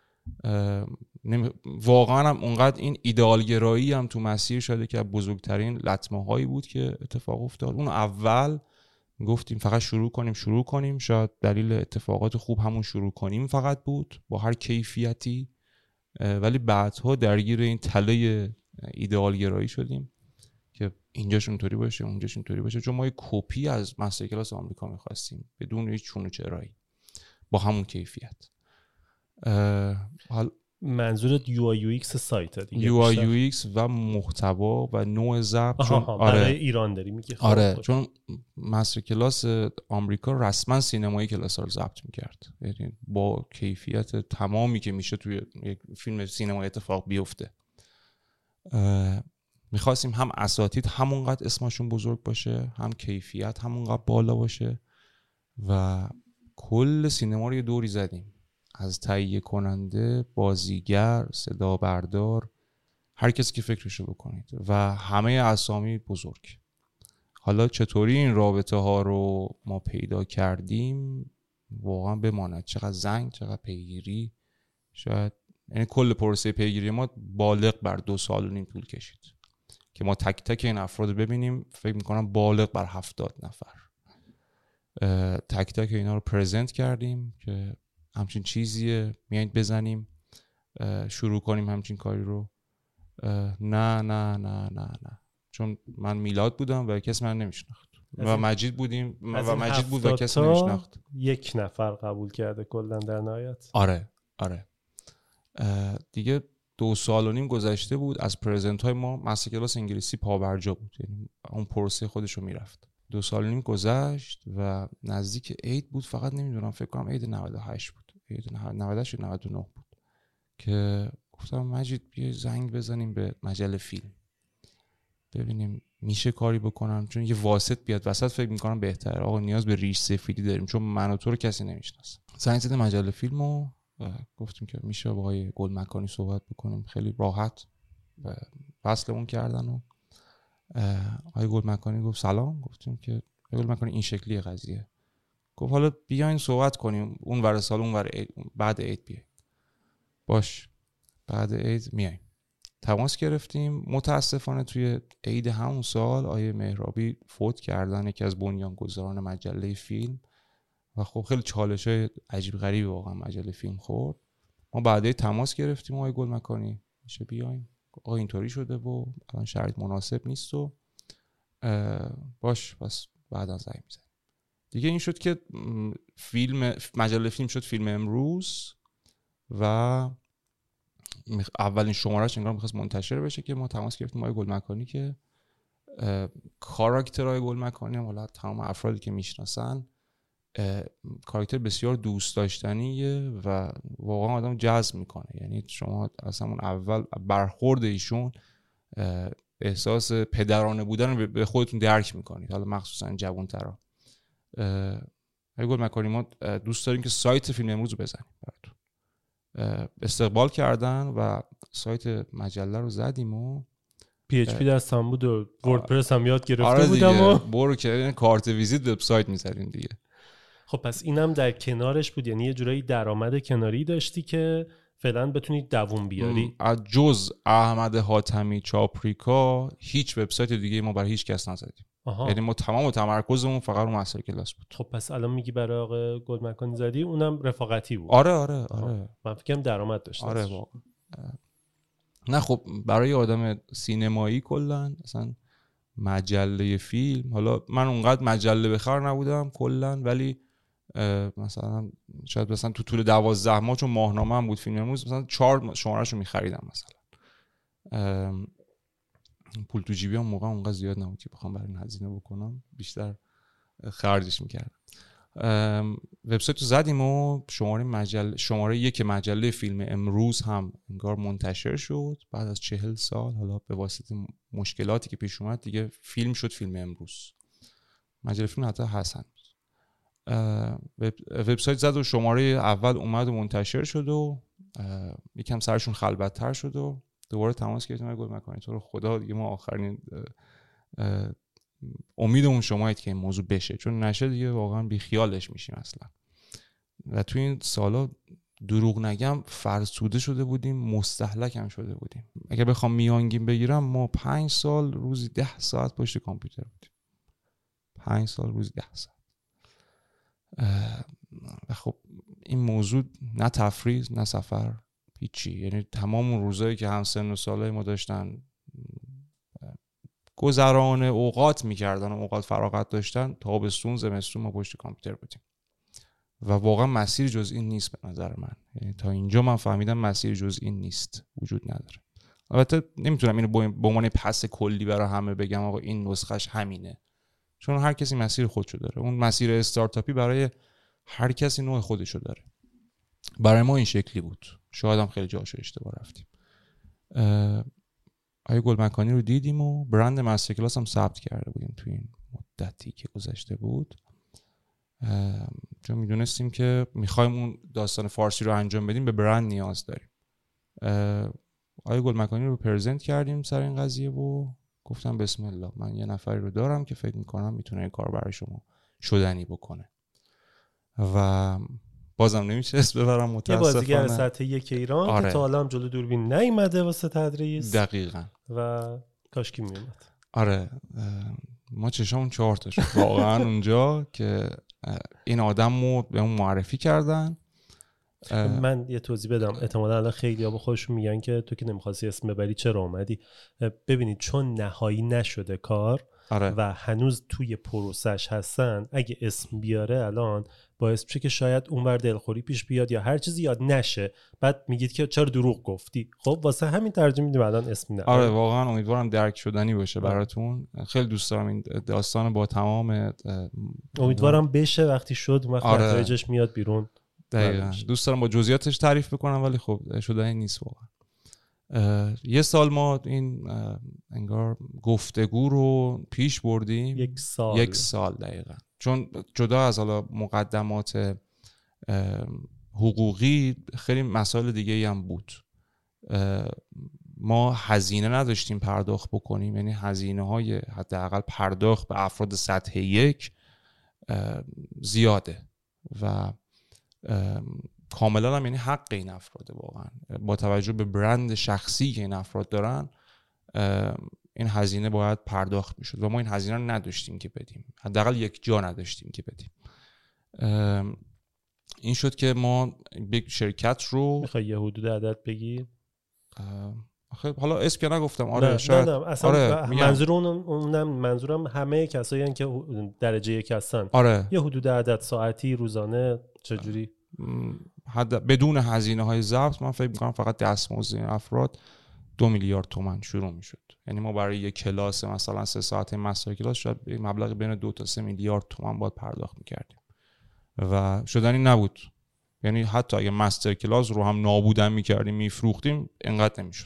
واقعا هم اونقدر این ایدئالگرایی هم تو مسیر شده که بزرگترین لطمه هایی بود که اتفاق افتاد. اون اول گفتیم فقط شروع کنیم شروع کنیم شاید دلیل اتفاقات خوب همون شروع کنیم فقط بود با هر کیفیتی، ولی بعدها درگیر این تله ایدئالگرایی شدیم که اینجاش اونطوری باشه اونجاش اینطوری باشه، چون ما یه کپی از مستر کلاس آمریکا می‌خواستیم بدون هیچ چون و چرایی با همون کیفیت. حال منظورت یو آی یو ایکس سایت دیگه، یو آی یو ایکس و محتوا و نوع ضبط، چون آره برای ایران داری میگی. آره خب. چون مستر کلاس آمریکا رسما سینمایی کلاس‌ها رو ضبط می‌کرد، یعنی با کیفیت تمامی که میشه توی یک فیلم سینمایی اتفاق بیفته. می‌خواستیم هم اساتید همونقدر اسمشون بزرگ باشه، هم کیفیت همونقدر بالا باشه و کل سینما رو یه دوری زدیم، از تهیه کننده، بازیگر، صدا بردار، هر کسی که فکرشو بکنید و همه اسامی بزرگ. حالا چطوری این رابطه ها رو ما پیدا کردیم واقعا بماند، چقدر زنگ، چقدر پیگیری، شاید یعنی کل پروسه پیگیری ما بالغ بر دو سال و نیم طول کشید که ما تک تک این افراد رو ببینیم. فکر میکنم بالغ بر هفتاد نفر تک تک اینا رو پرزنت کردیم که همچین چیزیه میایید بزنیم شروع کنیم همچین کاری رو. نه نه نه نه نه چون من میلاد بودم و کسی من نمیشناخت و مجید بودیم و مجید بود و کسی نمیشناخت. یک نفر قبول کرده کلا در نهایت. آره آره دیگه دو سال و نیم گذشته بود از پرزنت های ما. مستر کلاس انگلیسی پابرجا بود، یعنی اون پروسه خودش رو میرفت. دو سال و نیم گذشت و نزدیک عید بود، فقط نمیدونم فکر کنم عید نود و هشت بود، عید نود و هشت یا نود و نه بود که گفتم مجید بیا زنگ بزنیم به مجله فیلم ببینیم میشه کاری بکنم، چون یه واسط بیاد وسط فکر میکنم بهتره. آقا نیاز به ریش سفیدی داریم چون من و تو رو کسی نمیشناسه. زنگ زدیم مجله فیلم و گفتیم که میشه با آقای گل مکانی صحبت بکنیم. خیلی راحت فصلمون کردن و آقای گل مکانی گفت سلام. گفتیم که آقای گل مکانی این شکلیه قضیه. گفت حالا بیاین صحبت کنیم اون ور سال اون ور بعد عید بیاین. باش بعد عید میایم. تماس گرفتیم. متاسفانه توی عید همون سال آیه مهرابی فوت کردن، یکی از بنیانگذاران مجله فیلم، و خب خیلی چالش‌های عجیب غریبی واقعا مجله فیلم خورد. ما بعدی تماس گرفتیم آقای گل مکانی میشه بیایم، آقا اینطوری شده و الان شرایط مناسب نیست و باش پس بعدا زنگ میزنیم دیگه. این شد که فیلم مجله فیلم شد فیلم امروز و اولین شمارهش انگار می‌خواست منتشر بشه که ما تماس گرفتیم آقای گل مکانی که کاراکترهای گل مکانی هم حالا تمام افرادی که میشناسن کاراکتر بسیار دوست داشتنیه و واقعا آدم جذب میکنه. یعنی شما از همون اول برخورد ایشون احساس پدرانه بودن رو به خودتون درک میکنید، حالا مخصوصا جوان‌ترا. آقای گل مکانی ما دوست داریم که سایت فیلم امروز رو بزنیم براتون. استقبال کردن و سایت مجله رو زدیم و پی اچ پی دستم بود و وردپرس هم یاد گرفته آره بودم و برو که کارت ویزیت وبسایت می‌زدیم دیگه. خب پس اینم در کنارش بود، یعنی یه جورایی درآمد کناری داشتی که فعلا بتونی دووم بیاری. از جز احمد حاتمی چاپریکا هیچ وبسایت دیگه ما برای هیچ کس نزدیم. یعنی ما تمام تمرکزمون فقط رو مستر کلاس بود. خب پس الان میگی برای آقا گل مکانی زدی، اونم رفاقتی بود. آره آره آره. من فکرم درآمد داشت. آره واقعا. نه خب برای آدم سینمایی کلا اصلا مجله فیلم، حالا من اونقدر مجله بخر نبودم کلا، ولی مثلا شاید مثلا تو طول دوازده ماه چون ماهنامه هم بود فیلم امروز مثلا چهار شمارهشو می‌خریدم مثلا. پول تو جیبی هم موقع اونقدر زیاد نبود که بخوام برای این هزینه بکنم، بیشتر خرجش می‌کردم. وبسایت رو زدیم و شماره مجله شماره یک مجله فیلم امروز هم انگار منتشر شد بعد از چهل سال. حالا به واسطه مشکلاتی که پیش اومد دیگه فیلم شد فیلم امروز. مجله فیلم حتی حسن وبسایت زد و شماره اول اومد و منتشر شد و یکم سرشون خلوت‌تر شد و دوباره تماس گرفتیم گل مکانی تو رو خدا دیگه ما آخرین امیدمون شمایید که این موضوع بشه، چون نشه دیگه واقعا بی خیالش میشیم اصلا. و تو این سالا دروغ نگم فرسوده شده بودیم، مستهلک هم شده بودیم. اگه بخوام میانگین بگیرم ما پنج سال روزی ده ساعت پشت کامپیوتر بودیم. پنج سال روزی ده ساعت. و خب این موضوع نه تفریح نه سفر هیچی، یعنی تمام اون روزایی که هم سن و سالای ما داشتن گذران اوقات میکردن و اوقات فراغت داشتن، تابستون زمستون ما پشت کامپیوتر بودیم و واقعا مسیر جز این نیست به نظر من. یعنی تا اینجا من فهمیدم مسیر جز این نیست، وجود نداره. البته نمیتونم اینو به عنوان پس کلی برای همه بگم آقا این نسخش همینه، چون هر کسی مسیر خودشو داره. اون مسیر استارتاپی برای هر کسی نوع خودشو داره. برای ما این شکلی بود، شاید هم خیلی جاشو اشتباه رفتیم. آیه گل مکانی رو دیدیم و برند مستر کلاس هم ثبت کرده بودیم توی این مدتی که گذشته بود، چون میدونستیم که میخوایم اون داستان فارسی رو انجام بدیم به برند نیاز داریم. آیه گل مکانی رو پرزنت کردیم سر این قضیه و گفتم بسم الله من یه نفری رو دارم که فکر میکنم میتونه این کار برای شما شدنی بکنه و بازم نمیشه اسم ببرم متاسفانه. یه بازیگر سطح یک ایران آره. که تا حالا هم جلو دوربین نیومده واسه تدریس. دقیقاً. و کاش کی میومد. آره ما چشامون چهار تا شد واقعا اونجا که این آدمو به اون معرفی کردن. من یه توضیح بدم، احتمالاً الان خیلی‌ها با خودشون میگن که تو که نمی‌خواستی اسم ببری چرا اومدی. ببینید چون نهایی نشده کار آره. و هنوز توی پروسش هستن، اگه اسم بیاره الان باعث میشه که شاید اونور دلخوری پیش بیاد یا هر چیزی یاد نشه، بعد میگید که چرا دروغ گفتی. خب واسه همین ترجمه میدیم الان اسم نه. آره واقعا امیدوارم درک شدنی باشه براتون. خیلی دوست دارم این داستان با تمام امیدوارم بشه وقتی شد وقتی آره. نتایجش میاد بیرون. دقیقاً دوست دارم با جزئیاتش تعریف بکنم ولی خب شدنی نیست واقعا. یه سال ما این انگار گفتگو رو پیش بردیم. یک سال یک سال دقیقاً، چون جدا از حالا مقدمات حقوقی خیلی مسائل دیگه هم بود. ما هزینه نداشتیم پرداخت بکنیم، یعنی هزینه های حداقل پرداخت به افراد سطح یک زیاده و کاملا هم یعنی حق این افراده واقعا با توجه به برند شخصی که این افراد دارن این هزینه باید پرداخت میشد و ما این هزینه رو نداشتیم که بدیم، حداقل یک جا نداشتیم که بدیم. این شد که ما یک شرکت رو میخوای یه حدود عدد بگی؟ آخه حالا اسم که نگفتم. آره نه شاید نه نه. اصلا آره منظور اونم منظورم همه کسایی هستن که درجه یک هستن. آره یه حدود عدد ساعتی روزانه چجوری؟ حد بدون هزینه های ضبط من فکر می‌کنم فقط دستمزد این افراد دو میلیارد تومان شروع میشد. یعنی ما برای یک کلاس مثلا سه ساعته مستر کلاس شاید مبلغ بین دو تا سه میلیارد تومان باید پرداخت می‌کردیم و شدنی نبود. یعنی حتی اگه مستر کلاس رو هم نابودن می‌کردیم می‌فروختیم اینقدر نمی‌شد.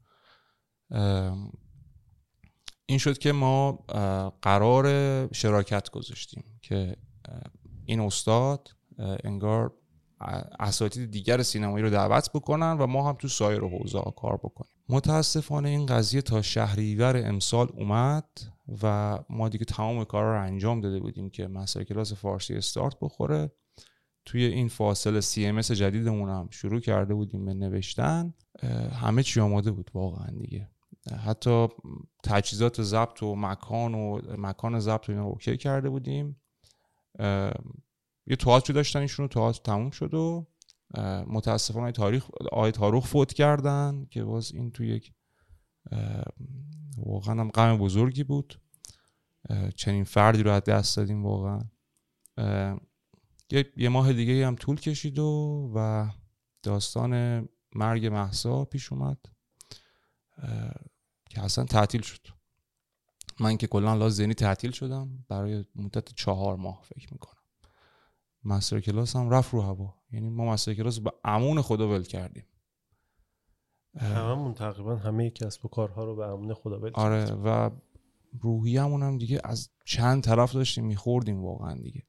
این شد که ما قرار شراکت گذاشتیم که این استاد انگار اساتید دیگر سینمایی رو دعوت بکنن و ما هم تو سایر حوزه‌ها کار بکنیم. متاسفانه این قضیه تا شهریور امسال اومد و ما دیگه تمام کارا رو انجام داده بودیم که مستر کلاس فارسی استارت بخوره. توی این فاصله سی ام اس جدیدمون هم شروع کرده بودیم به نوشتن. همه چی آماده بود واقعا دیگه. حتی تجهیزات ضبط و مکان و مکان ضبط اینا رو اوکی کرده بودیم. یه تئاتر داشتن ایشون، تئاتر تموم شد و متاسفانه تاریخ آقای تاروخ فوت کردن که باز این تو یک واقعا هم غم بزرگی بود. چنین فردی رو از دست دادیم واقعا. یه یه ماه دیگه هم طول کشید و و داستان مرگ مهسا پیش اومد که اصلا تعطیل شد. من که کلا لاز ذهنی تعطیل شدم برای مدت چهار ماه فکر میکنم. مستر کلاس هم رفت رو هوا. یعنی ما مستر کلاس به امون خدا ول کردیم. هممون تقریبا همه کسب و کارها رو به امون خدا ول کردیم. آره و روحیه‌مون هم دیگه از چند طرف داشتیم میخوردیم واقعا دیگه.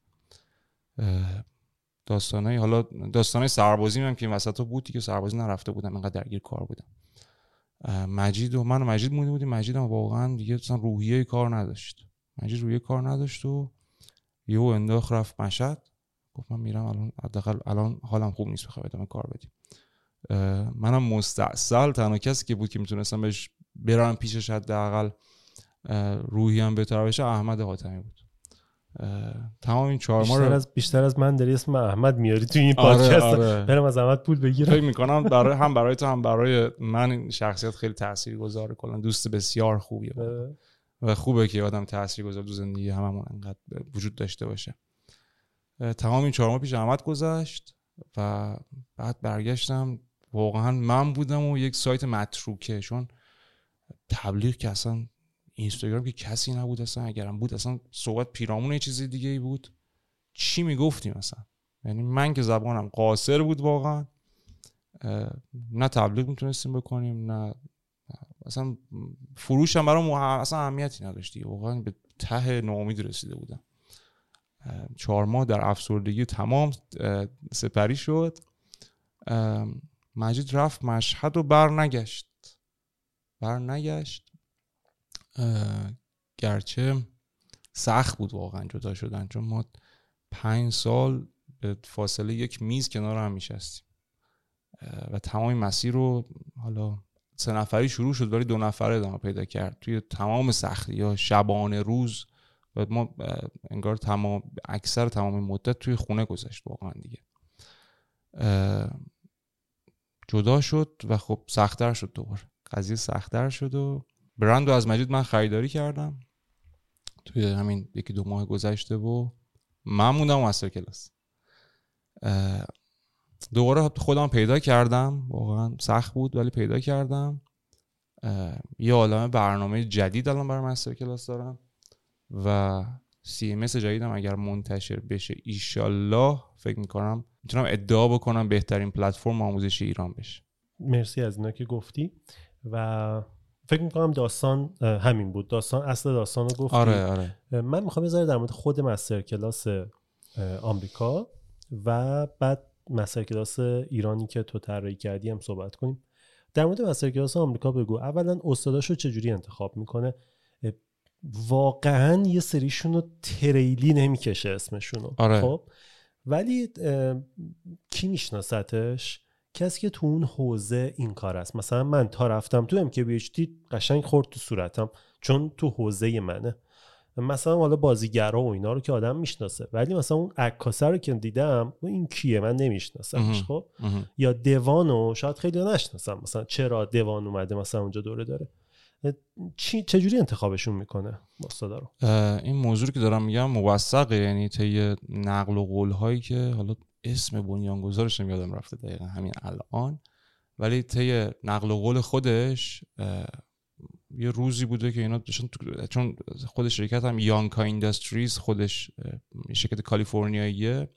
داستانای حالا داستانای سربازی هم که این وسطا بود که سربازی نرفته بودم اینقدر درگیر کار بودم. مجید و من و مجید مونده بودیم. مجید هم واقعا دیگه اصلا روحیه کار نداشت. مجید روحیه کار نداشت و یهو انداخت رفت مشهد. گفت من میرم الان حداقل الان حالم خوب نیست بخوام ادامه کار بدیم. منم مستعسل تنها کسی که بود که میتونستم بهش برم پیشش حداقل روحیم بهتر بشه احمد حاتمی بود. تمام این چهار ماه بیشتر از بیشتر از من داری اسم احمد میاری تو این پادکست. آره آره. برم از احمد پول بگیرم. فکر میکنم برای هم برای تو هم برای من این شخصیت خیلی تاثیرگذاره. کلا دوست بسیار خوبیه و خوبه که آدم تاثیرگذار تو زندگی هممون انقدر وجود داشته باشه. تمام این چهار ماه پیش احمد گذشت و بعد برگشتم واقعا من بودم و یک سایت متروکه، چون تبلیغ که اصلا اینستاگرام که کسی نبود، اصلا اگرم بود اصلا صحبت پیرامون یه چیز دیگه ای بود. چی میگفتیم اصلا؟ یعنی من که زبانم قاصر بود واقعا، نه تبلیغ میتونستیم بکنیم نه اصلا فروش هم برام اصلا اهمیتی نداشتی. واقعا به ته ناامید رسیده بودم. چهار ماه در افسردگی تمام سپری شد. مجید رفت مشهد و بر نگشت بر نگشت گرچه سخت بود واقعا جدا شدن، چون ما پنج سال به فاصله یک میز کنار هم میشستیم و تمام مسیر رو حالا سه نفری شروع شد ولی دو نفره ادامه پیدا کرد توی تمام سختی ها شبانه روز و ما انگار تمام اکثر تمام مدت توی خونه گذشت واقعا دیگه. جدا شد و خب سخت‌تر شد، دوباره قضیه سخت‌تر شد و برند رو از مجید من خریداری کردم توی همین یکی دو ماه گذشته و من موندم مستر کلاس. دوباره خودم پیدا کردم، واقعا سخت بود ولی پیدا کردم. یه عالمه برنامه جدید الان برای مستر کلاس دارم و سی ام اس جدیدم اگر منتشر بشه ایشالله فکر میکنم میتونم ادعا بکنم بهترین پلتفرم آموزشی ایران بشه. مرسی از اینا که گفتی و فکر میکنم داستان همین بود. داستان اصل داستان رو گفتی. آره آره. من میخوام یه ذره در مورد خود مستر کلاس آمریکا و بعد مستر کلاس ایرانی که تو طراحی کردی هم صحبت کنیم. در مورد مستر کلاس آمریکا بگو. اولا استاداشو چجوری انتخاب میکنه؟ واقعا یه سریشون رو تریلی نمیکشه اسمشونو. آره. خب ولی کی میشناستش؟ کسی که تو اون حوزه این کار است. مثلا من تا رفتم تو ام کی بی اچ دی قشنگ خورد تو صورتم چون تو حوزه منه. مثلا حالا بازیگرا و اینا رو که آدم میشناسه، ولی مثلا اون عکاسه رو که دیدم این کیه من نمیشناسمش. خب یا دوانو شاید خیلی نشناسم، مثلا چرا دوان اومده مثلا اونجا دوره داره. چی چجوری انتخابشون میکنه استادا رو؟ این موضوعی که دارم میگم موثقه، یعنی طی نقل و قول هایی که حالا اسم بنیانگذارش هم یادم رفته دقیقا همین الان، ولی طی نقل و قول خودش یه روزی بوده که اینا داشتن، چون خود شرکت هم یانکا اینداستریز خودش شرکت کالیفرنیاییه،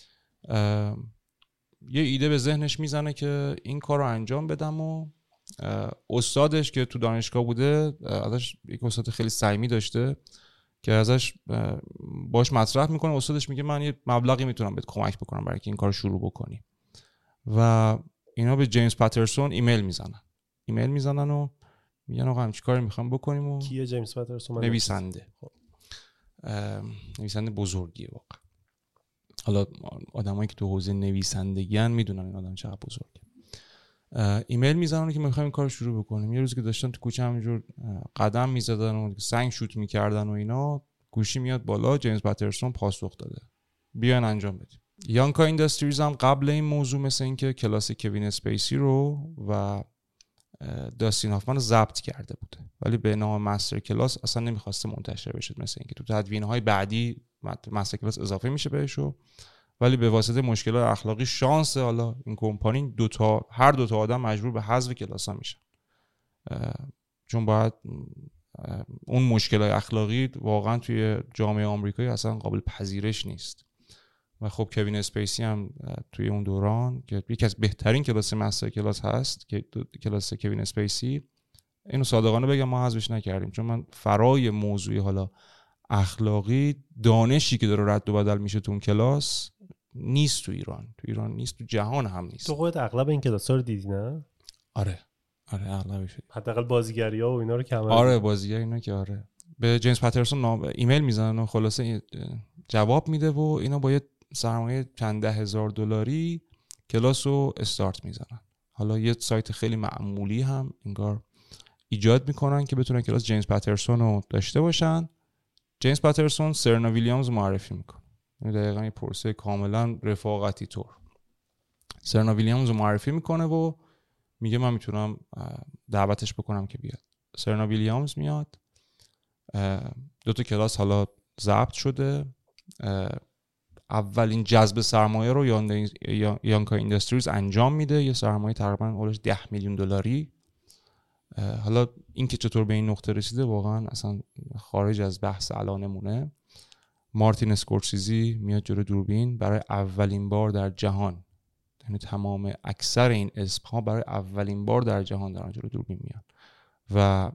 یه ایده به ذهنش میزنه که این کار رو انجام بدم و استادش که تو دانشگاه بوده ازش یک استاد خیلی صمیمی داشته که ازش باش مطرح میکنه. استادش میگه من یه مبلغی میتونم بهت کمک بکنم برای که این کار شروع بکنی. و اینا به جیمز پاترسون ایمیل میزنن ایمیل میزنن و میگن آقا هم چی کاری میخوام بکنیم. و کیه جیمز پاترسون؟ نویسنده نویسنده بزرگیه واقعا. حالا آدمایی که تو حوزه نویسندگیان میدونن این آدم چقدر بزرگه. ایمیل میزنن که میخوایم این کارو شروع بکنیم. یه روزی که داشتن تو کوچه همینجور قدم میزدن و سنگ شوت میکردن و اینا، گوشی میاد بالا، جیمز پاترسون پاسخ داده بیاین انجام بدیم. یانکا اینداستریز هم قبل این موضوع مثل این که کلاس کوین اسپیسی رو و داستین هافمن رو ضبط کرده بوده، ولی به نام مستر کلاس اصلا نمیخواسته منتشر بشه. مثل این که تو تدوین‌های بعدی مستر کلاس اضافه میشه بهشو، ولی به واسطه مشکلات اخلاقی شانس حالا این کمپانی دو تا هر دو تا آدم مجبور به حذف کلاس ها میشن، چون باید اون مشکلات اخلاقی واقعا توی جامعه آمریکایی اصلا قابل پذیرش نیست. و خب کوین اسپیسی هم توی اون دوران که یکی از بهترین کلاس مستر کلاس هست که کلاس کوین اسپیسی، اینو صادقانه بگم ما حذفش نکردیم، چون من فرای موضوعی حالا اخلاقی دانشی که داره رد و بدل میشه تو اون کلاس نیست تو ایران تو ایران نیست، تو جهان هم نیست. تو خودت اغلب این کلاس‌ها رو دیدی نه؟ آره آره اغلبش، حداقل بازیگری‌ها و اینا رو کم. آره بازیگر اینا که آره به جیمز پاترسون نام ایمیل میزنن و خلاصه جواب میده و اینا با یه سرمایه چند ده هزار دلاری کلاس رو استارت میزنن. حالا یه سایت خیلی معمولی هم انگار ایجاد میکنن که بتونن کلاس جیمز پاترسون رو داشته باشن. جیمز پاترسون سرنا ویلیامز معرفی میکنه، یعنی دقیقاً یه پروسه کاملا رفاقتی طور. سرنا ویلیامز رو معرفی میکنه و میگه من میتونم دعوتش بکنم که بیاد. سرنا ویلیامز میاد، دو تا کلاس حالا ضبط شده. اولین جذب سرمایه رو یانکا اینداستریز انجام میده، یه سرمایه تقریبا اولش ده میلیون دلاری. حالا این که چطور به این نقطه رسیده واقعا اصلا خارج از بحث الانمونه. مارتین اسکورسیزی میاد جلو دوربین برای اولین بار در جهان، یعنی تمام اکثر این اسم‌ها برای اولین بار در جهان دارن جلو دوربین میان و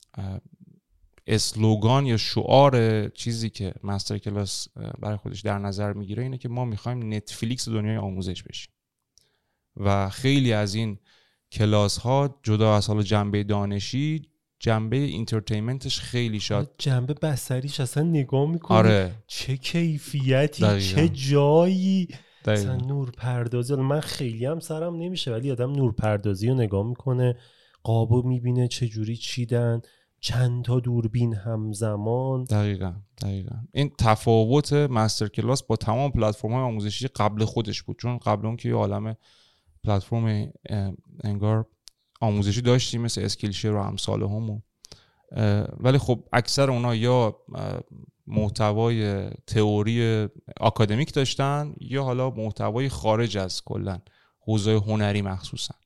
اسلوگان یا شعار چیزی که مستر کلاس برای خودش در نظر میگیره اینه که ما میخوایم نتفلیکس دنیای آموزش بشیم. و خیلی از این کلاس ها جدا از حالا جنبه دانشی، جنبه اینترتینمنتش خیلی شاد، جنبه بصریش اصلا نگاه میکنی آره. چه کیفیتی دقیقا. چه جایی دقیقا. مثلا نور پردازی. من خیلی هم سرم نمیشه ولی آدم نور پردازی رو نگاه میکنه، قابو میبینه چه جوری چیدن، چند تا دوربین همزمان. دقیقاً دقیقاً این تفاوت مستر کلاس با تمام پلتفرم‌های آموزشی قبل خودش بود، چون قبل اون که یه عالمه پلتفرم انگار آموزشی داشتیم مثل اسکیلشیر و امثال هم، ولی خب اکثر اونا یا محتوای تئوری آکادمیک داشتن یا حالا محتوای خارج از کلا حوزه هنری مخصوصا.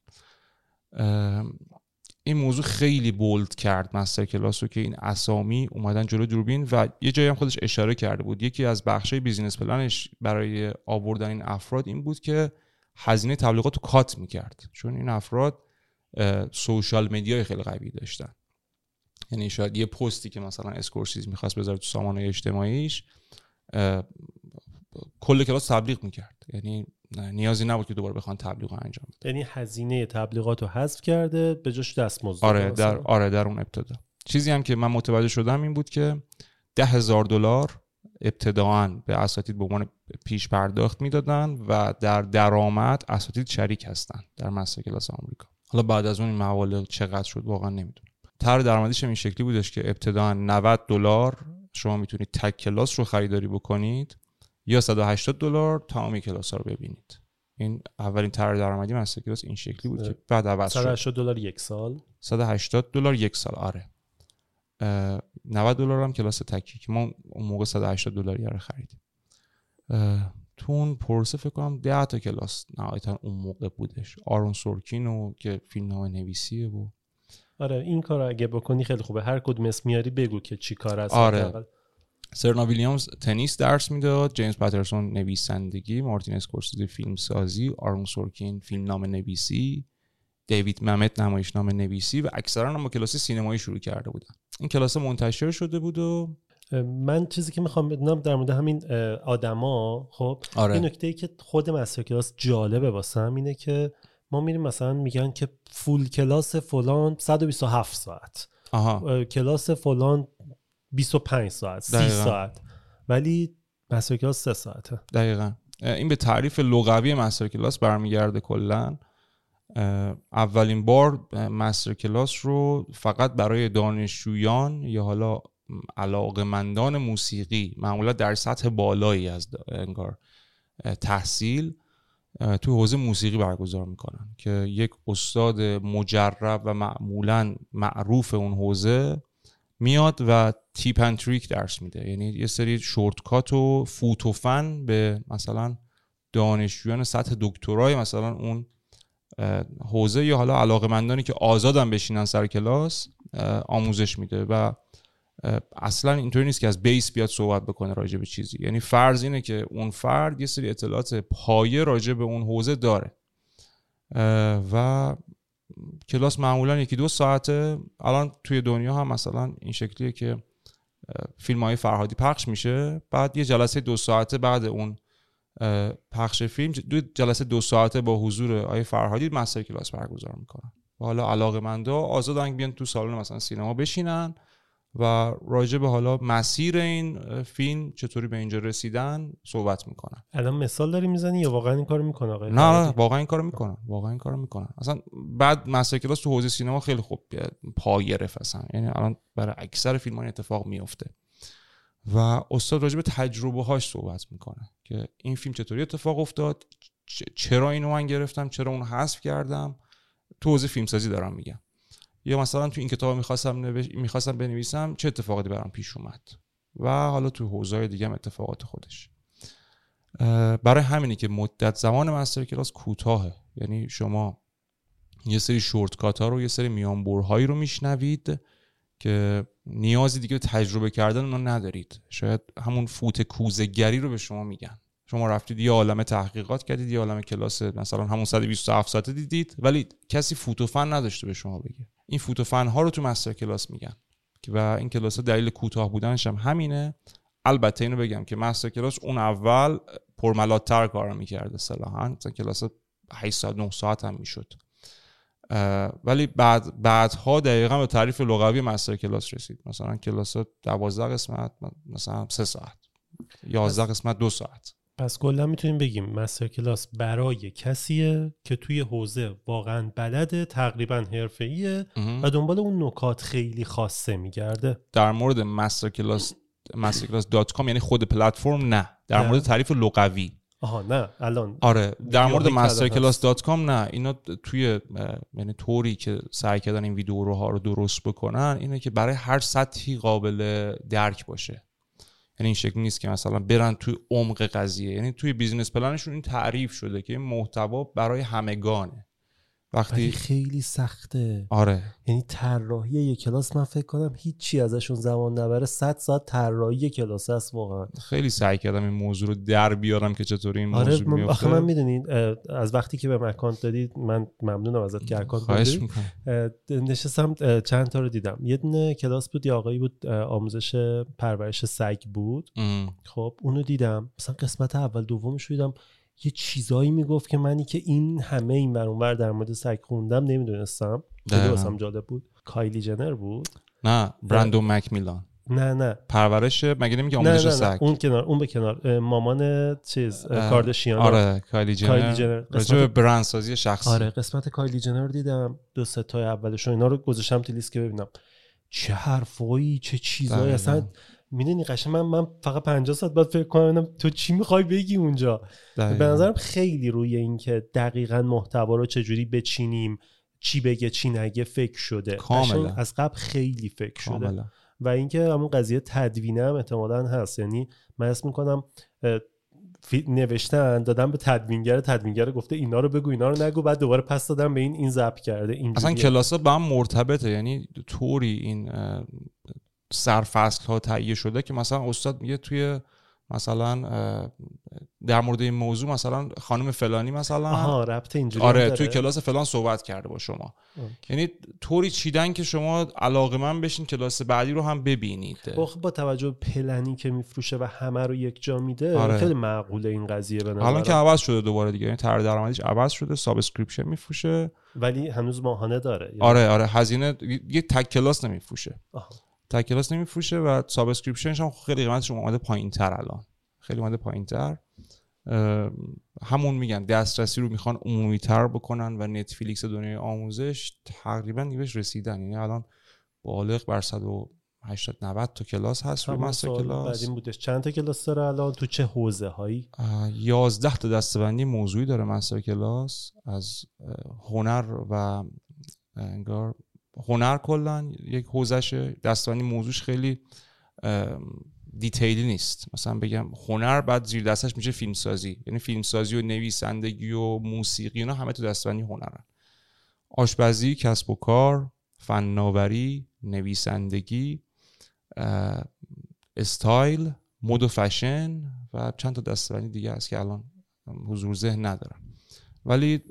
این موضوع خیلی بولد کرد مستر کلاس رو که این اسامی اومدن جلو دوربین و یه جایی هم خودش اشاره کرده بود. یکی از بخشای بیزینس پلنش برای آوردن این افراد این بود که هزینه تبلیغات رو کات میکرد، چون این افراد سوشال مدیای خیلی قوی داشتن. یعنی شاید یه پستی که مثلا اسکورسیز میخواست بذاره تو سامانه اجتماعیش کل کلاس تبلیغ میکرد، یعنی نیازی نبود که دوباره بخوان تبلیغ انجام بدن. یعنی هزینه تبلیغات رو حذف کرده به جاش دستمزد. آره در آره در اون ابتدا چیزی هم که من متوجه شدم این بود که ده هزار دلار ابتداعاً به اساتید به عنوان پیش پرداخت میدادن و در درآمد اساتید شریک هستن در مستر کلاس آمریکا. حالا بعد از اون این مبالغ چقدر شد واقعا نمیدونم. طرح درآمدیش این شکلی بودش که ابتداً نود دلار شما میتونید تک کلاس رو خریداری بکنید یا صد و هشتاد دلار تمام کلاس ها رو ببینید. این اولین طرح درآمدی مستر کلاس این شکلی بود که بعد عوض شد. صد و هشتاد دلار یک سال. صد و هشتاد دلار یک سال آره. نود دلار هم کلاس تکی که ما اون موقع صد و هشتاد دلاری رو خریدیم. تو اون پروسه فکر کنم ده تا کلاس نهایتا اون موقع بودش. آرون سورکینو که فیلمنامه نویسیه و آره این کار اگه بکنی خیلی خوبه. هر کدوم اسم میاری بگو که چی کار است. آره. سرنا ویلیامز تنیس درس میداد، جیمز پاترسون نویسندگی، مارتین اسکورسیزی فیلم سازی، آرون سورکین فیلمنامه نویسی، دیوید ممت نمایشنامه نویسی و اکثرا هم با کلاس سینمایی شروع کرده بودن. این کلاس منتشر شده بود و من چیزی که میخوام بدونم در مورد همین آدما خب آره. این نکته‌ای که خود مستر کلاس جالبه واسم اینه که ما میریم مثلا میگن که فول کلاس فلان صد و بیست و هفت ساعت، آها. کلاس فلان بیست و پنج ساعت، سی ساعت، ولی مستر کلاس سه ساعته. دقیقاً. این به تعریف لغوی مستر کلاس برمیگرده. کلاً اولین بار مستر کلاس رو فقط برای دانشجویان یا حالا علاقه‌مندان موسیقی معمولا در سطح بالایی از انگار تحصیل تو حوزه موسیقی برگزار میکنن که یک استاد مجرب و معمولا معروف اون حوزه میاد و تیپ اند تریک درس میده. یعنی یه سری شورتکات و فوت و فن به مثلا دانشجویان سطح دکترای مثلا اون حوزه یا حالا علاقه‌مندانی که آزادن بشینن سر کلاس آموزش میده و اصلا اینطوری نیست که از بیس بیاد صحبت بکنه راجع به چیزی. یعنی فرض اینه که اون فرد یه سری اطلاعات پایه راجع به اون حوزه داره و کلاس معمولا یکی دو ساعته. الان توی دنیا هم مثلا این شکلیه که فیلم های فرهادی پخش میشه، بعد یه جلسه دو ساعته بعد اون پخش فیلم دو جلسه دو ساعته با حضور آقای فرهادی مستر کلاس برگزار میکنن و حالا علاقه‌مندا آزادن بیان تو سالن مثلا سینما بشینن و راجع به حالا مسیر این فیلم چطوری به اینجا رسیدن صحبت میکنن. الان مثال داری میزنی یا واقعا این کارو میکنه آقای؟ نه نه واقعا این کارو میکنن، واقعا این کارو میکنن. اصلا بعد مستر کلاس تو حوزه سینما خیلی خوب پا گرفت اصلا. یعنی الان برای اکثر فیلم‌ها اتفاق میفته و استاد راجع به تجربه هاش صحبت میکنه که این فیلم چطوری اتفاق افتاد، چرا اینو من گرفتم، چرا اونو حذف کردم. تو حوزه فیلمسازی دارم میگم. یا مثلا تو این کتاب می‌خواستم نوش... می‌خواستم بنویسم چه اتفاقاتی برام پیش اومد و حالا تو حوزه‌های دیگه هم اتفاقات خودش. برای همینه که مدت زمان مستر کلاس کوتاهه. یعنی شما یه سری شورتکات ها رو، یه سری میانبرهایی رو میشنوید که نیازی دیگه تجربه کردن اون ندارید. شاید همون فوت کوزه‌گری رو به شما میگن. شما رفتید یه عالمه تحقیقات کردید، یه عالمه کلاس مثلا همون صد و بیست و هفت ساعته دیدید، ولی کسی فوت و فن نداشته به شما بگه. این فوت و فن ها رو تو مستر کلاس میگن و این کلاس دلیل کوتاه بودنش هم همینه. البته اینو بگم که مستر کلاس اون اول پرملات‌تر کار می‌کرد اصطلاحاً، مثلا کلاس هشت ساعت نه ساعت هم میشد، ولی بعد بعدها دقیقاً به تعریف لغوی مستر کلاس رسید. مثلا کلاس دوازده قسمت مثلا سه ساعت، یازده قسمت دو ساعت. پس کلا میتونیم بگیم مستر کلاس برای کسیه که توی حوزه واقعا بلده، تقریبا حرفه‌ایه و دنبال اون نکات خیلی خاصه میگرده. در مورد مستر کلاس مستر کلاس دات کام یعنی خود پلتفرم نه، در مورد تعریف لغوی. آها نه الان آره در مورد مستر کلاس دات کام نه. اینا توی یعنی طوری که سعی کردن این ویدیوها رو درست بکنن اینه که برای هر سطحی قابل درک باشه. یعنی این شکل نیست که مثلا برن توی عمق قضیه. یعنی توی بیزینس پلنشون این تعریف شده که این محتوا برای همگانه. وقتی خیلی سخته. آره یعنی طراحی یک کلاس من فکر کنم هیچی ازشون زمان نبره. صد ساعت طراحی کلاس است واقعا. خیلی سعی کردم این موضوع رو در بیارم که چطوری این آره موضوع میفته. آخه من میدونید از وقتی که به اکانت دادید من ممنونم ازت که اکانت دادید. نشستم چند تا رو دیدم. یه دونه کلاس بود، یه آقایی بود آموزش پرورش سگ بود. ام. خب اونو دیدم، مثلا قسمت اول دومش رو دیدم، یه چیزایی میگفت که منی که این همه این ور اون ور در مورد سگ خوندم نمیدونستم. خیلی واسم جالب بود. کایلی جنر بود؟ نه برندون مکمیلان. نه نه پرورش مگه نمیگه آموزش نه نه نه. سگ؟ اون کنار، اون به کنار، مامان چیز کارداشیان. آره کایلی جنر. کایلی جنر راجع به برندسازی شخصی. آره قسمت کایلی جنر دیدم، دو سه تا اولش اینا رو گذاشتم تو لیست که ببینم چه حرفایی چه چیزایی. اصلا میدونی قشنگ من من فقط پنجاه ساعت بعد فکر کنم تو چی میخوای بگی اونجا. به نظرم خیلی روی این که دقیقاً محتوا رو چجوری بچینیم، چی بگه چی نگه فکر شده کاملا. از قبل خیلی فکر شده کاملا. و اینکه همون قضیه تدوینه هم احتمالاً هست. یعنی من اسم میکنم نوشتن دادم به تدوینگر، تدوینگر گفته اینا رو بگو اینا رو نگو، بعد دوباره پس دادم به این این ضبط کرده. اینجوری اصلا کلاس‌ها با هم مرتبطه، یعنی طوری این سرفصل ها تهیه شده که مثلا استاد میگه توی مثلا در مورد این موضوع مثلا خانم فلانی مثلا آها ربط اینجوری آره توی کلاس فلان صحبت کرده با شما. اوکی. یعنی طوری چیدن که شما علاقه‌مند بشین کلاس بعدی رو هم ببینید. با توجه به پلنی که میفروشه و همه رو یک جا میده آره. خیلی معقوله این قضیه به نظر. الان که عوض شده دوباره دیگه، یعنی طرح درآمدیش عوض شده، سابسکریپشن میفروشه ولی هنوز ماهانه داره. یعنی آره آره هزینه یه تک کلاس نمیفروشه. آها. تک کلاس نمیفروشه و سابسکریپشنش هم خیلی قیمتش اومده پایین‌تر، الان خیلی اومده پایین‌تر. همون میگن دسترسی رو میخوان عمومی‌تر بکنن و نتفلیکس دنیای آموزش تقریبا دیگه رسیدن، یعنی الان بالغ بر صد و هشتاد نود تا کلاس هست روی مستر کلاس. بعد این بودش چند تا کلاس داره الان، تو چه حوزه هایی؟ یازده تا دسته‌بندی موضوعی داره مستر کلاس، از هنر و انگار هنر کلا یک حوزهشه. دسته‌بندی موضوعش خیلی دیتیلی نیست، مثلا بگم هنر بعد زیر دستش میشه فیلمسازی، یعنی فیلمسازی و نویسندگی و موسیقی اینا همه تو دسته‌بندی هنرن. آشپزی، کسب و کار، فناوری، نویسندگی، استایل، مد و فشن و چند تا دسته‌بندی دیگه هست که الان حضور ذهن ندارم، ولی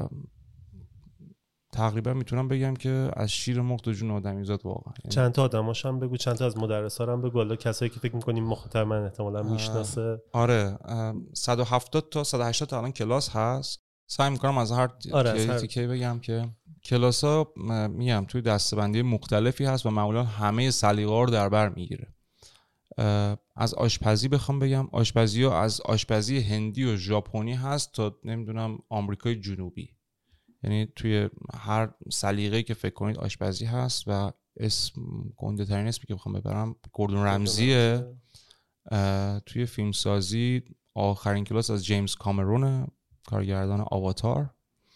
تقریبا میتونم بگم که از شیر مرغ تا جون آدمیزاد واقعا. چند تا آدماش هم بگو، چند تا از مدرسا هم بگو، حالا کسایی که فکر می‌کنیم مخاطب من احتمالاً میشناسه. آره صد و هفتاد تا صد و هشتاد تا الان کلاس هست. سعی می‌کنم از هر آره تیکه بگم که کلاس‌ها میگم توی دسته‌بندی مختلفی هست و معمولا همه سلیقه‌ها رو در بر میگیره. از آشپزی بخوام بگم، آشپزی‌ها از آشپزی هندی و ژاپنی هست تا نمیدونم آمریکای جنوبی، یعنی توی هر سلیقه‌ای که فکر کنید آشپزی هست. و اسم گنده ترین اسمی که بخوام ببرم گوردون رمزیه. توی فیلمسازی آخرین کلاس از جیمز کامرون، کارگردان آواتار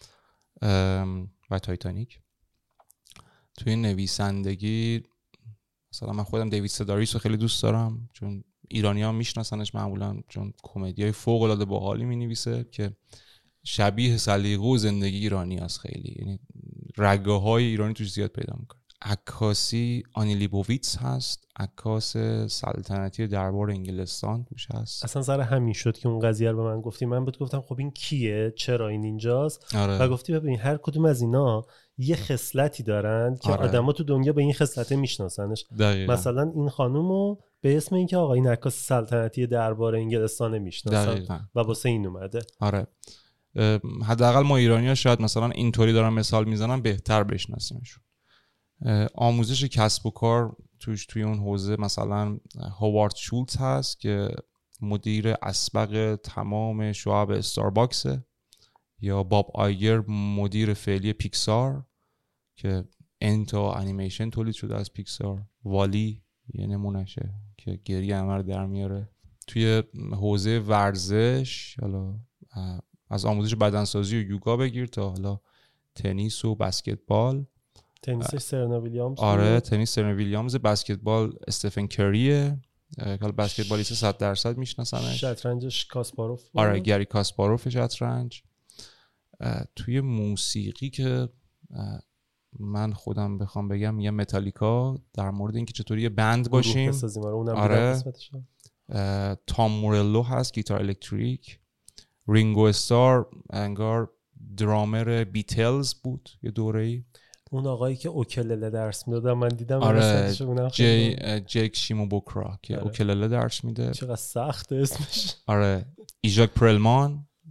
و تایتانیک. توی نویسندگی مثلا من خودم دیوید سداریس رو خیلی دوست دارم، چون ایرانی‌ها میشناسنش معمولا، چون کمدیای فوق‌العاده باحالی می‌نویسه که شبیه سلیقه و زندگی ایرانی هست خیلی، یعنی رگه‌های ایرانی توش زیاد پیدا می‌کنه. عکاسی آنی لیبوویتس هست، عکاس سلطنتی دربار انگلستان توش هست. اصلا سر همین شد که اون قضیه رو به من گفتی، من بهت گفتم خب این کیه، چرا این اینجاست؟ آره. و گفتی ببین هر کدوم از اینا یه خصلتی دارن که آره. آدما تو دنیا به این خصلته میشناسنش. مثلا این خانومو به اسم اینکه آقا این عکاس سلطنتی دربار انگلستان میشناسن و واسه این اومده. آره حداقل ما ایرانی‌ها شاید مثلا اینطوری دارن مثال میزنن بهتر بشناسیمشون. آموزش کسب و کار توش توی اون حوزه مثلا هاوارد شولتز هست که مدیر اسبق تمام شعب استارباکسه، یا باب آیگر مدیر فعلی پیکسار که انتا انیمیشن تولید شده از پیکسار. والی یه نمونشه که گریه همه رو در میاره. توی حوزه ورزش حالا از آموزش بدنسازی و یوگا بگیر تا حالا تنیس و بسکتبال. تنیسش سرنا ویلیامز. آره تنیس سرنا ویلیامز، بسکتبال استفن کریه، حالا بسکتبالیست صد درصد میشناسنش. شطرنجش کاسپاروف. آره گری کاسپاروف شطرنج. توی موسیقی که من خودم بخوام بگم یه متالیکا، در مورد اینکه چطوری یه بند باشیم. آره تام مورلو هست گیتار الکتریک. رینگو استار انگار درامر بیتلز بود یه دوره‌ای. اون آقایی که اوکلله درس میداد من دیدم. آره جی جیک شیموبوکرا که آره. اوکلله درس میده. چقدر سخت اسمش. آره ایژاک پرلمان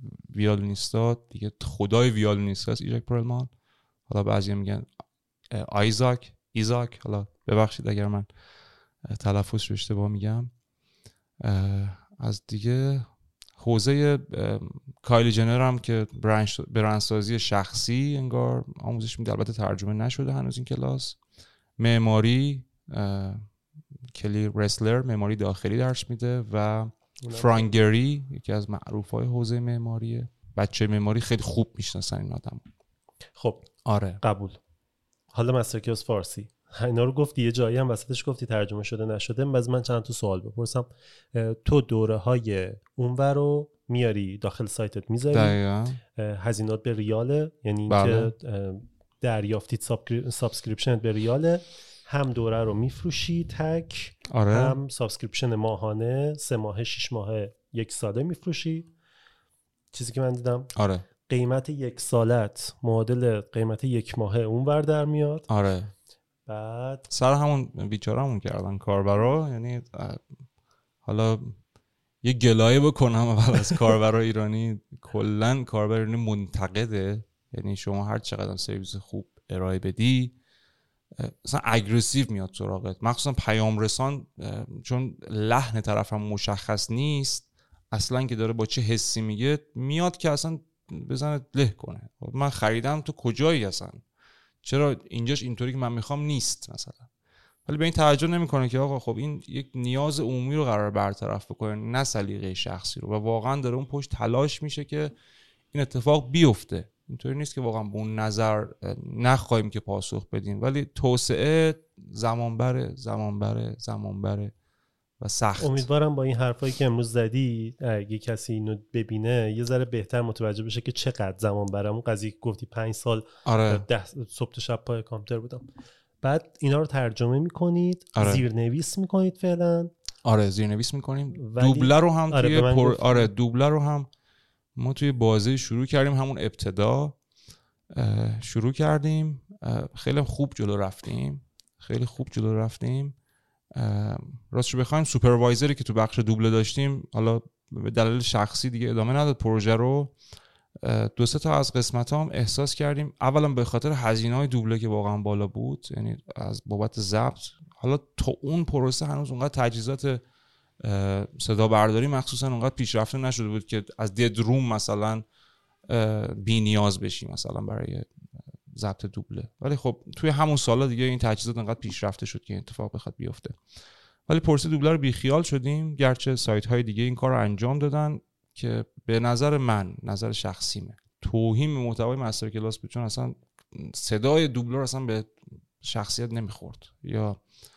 ویولونیستا دیگه خدای ویولونیستاست ایژاک پرلمان. حالا بعضی میگن آیزاک ایزاک، حالا ببخشید اگر من تلفظ رو اشتباه میگم. از دیگه حوزه کایلی جنر هم که برندسازی شخصی انگار آموزش میده، البته ترجمه نشده هنوز این کلاس. معماری کلی رسلر معماری داخلی درس میده و فرانگری یکی از معروفای حوزه معماریه. بچه معماری خیلی خوب میشناسن این آدم. خب آره قبول. حالا مستر کلاس فارسی اینا رو گفتی، یه جایی هم وسطش گفتی ترجمه شده نشده. باز من چند تا سوال بپرسم. تو دوره های اونور رو میاری داخل سایتت میذاری؟ دقیقاً. هزینات به ریاله، یعنی بله. اینکه دریافتید سابسکریپشنت به ریاله، هم دوره رو میفروشی تک، آره. هم سابسکریپشن ماهانه سه ماهه شش ماهه یک ساله میفروشی. چیزی که من دیدم آره قیمت یک سالت معادل قیمت یک ماهه اونور در میاد. آره. بعد سر همون بیچاره‌مون کردن کاربرا، یعنی حالا یه گلایه بکنم اول از کاربرا ایرانی. کلا کاربر ایرانی منتقده، یعنی شما هر چقدر سرویس خوب ارائه بدی مثلا اگریسیو میاد سراغت، مخصوصا پیام رسان، چون لحن طرف هم مشخص نیست اصلا که داره با چه حسی میگه، میاد که اصلا بزنه له کنه. من خریدم تو کجایی اصلا، چرا اینجاش اینطوری که من میخوام نیست مثلا. ولی به این توجه نمیکنه که آقا خب این یک نیاز عمومی رو قرار برطرف بکنه، نه سلیقه شخصی رو، و واقعا داره اون پشت تلاش میشه که این اتفاق بیفته. اینطوری نیست که واقعا به اون نظر نخواهیم که پاسخ بدیم، ولی توسعه زمان بره زمان بره زمان بره و سخت. امیدوارم با این حرفایی که امروز زدی اگه کسی اینو ببینه یه ذره بهتر متوجه بشه که چقدر زمان بره. اون قضیه که گفتی پنج سال آره. ده صبح تا شب پای کامپیوتر بودم. بعد اینا رو ترجمه میکنید، آره. زیرنویس میکنید فعلا؟ آره زیرنویس میکنیم. ولی... دوبله رو هم آره توی پر... آره دوبله رو هم ما توی بازه شروع کردیم، همون ابتدا شروع کردیم. خیلی خوب جلو رفتیم خیلی خوب جلو رفتیم راستش بخوایم سوپروایزری که تو بخش دوبله داشتیم حالا به دلیل شخصی دیگه ادامه نداد پروژه رو. دو سه تا از قسمت هم احساس کردیم، اولا به خاطر هزینه‌های دوبله که واقعا بالا بود، یعنی از بابت ضبط. حالا تا اون پروسه هنوز اونقدر تجهیزات صدا برداری مخصوصا اونقدر پیشرفته نشده بود که از دید روم مثلا بی نیاز بشیم مثلا برای ضبط دوبله. ولی خب توی همون سالا دیگه این تجهیزات انقدر پیشرفته شد که اتفاق بخواد بیفته. ولی پروسه دوبله رو بی خیال شدیم، گرچه سایت های دیگه این کار رو انجام دادن که به نظر من، نظر شخصیمه، توهین به محتوای مستر کلاس بود، چون اصلا صدای دوبله رو اصلا به شخصیت نمیخورد، یا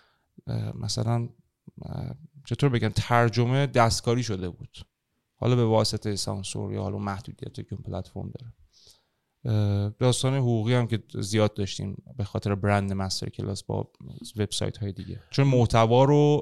مثلا چطور بگم ترجمه دستکاری شده بود، حالا به واسطه سانسور یا حالا محدودیتی که اون پلتفرم داره. داستان حقوقی هم که زیاد داشتیم به خاطر برند مستر کلاس با وبسایت های دیگه، چون محتوا رو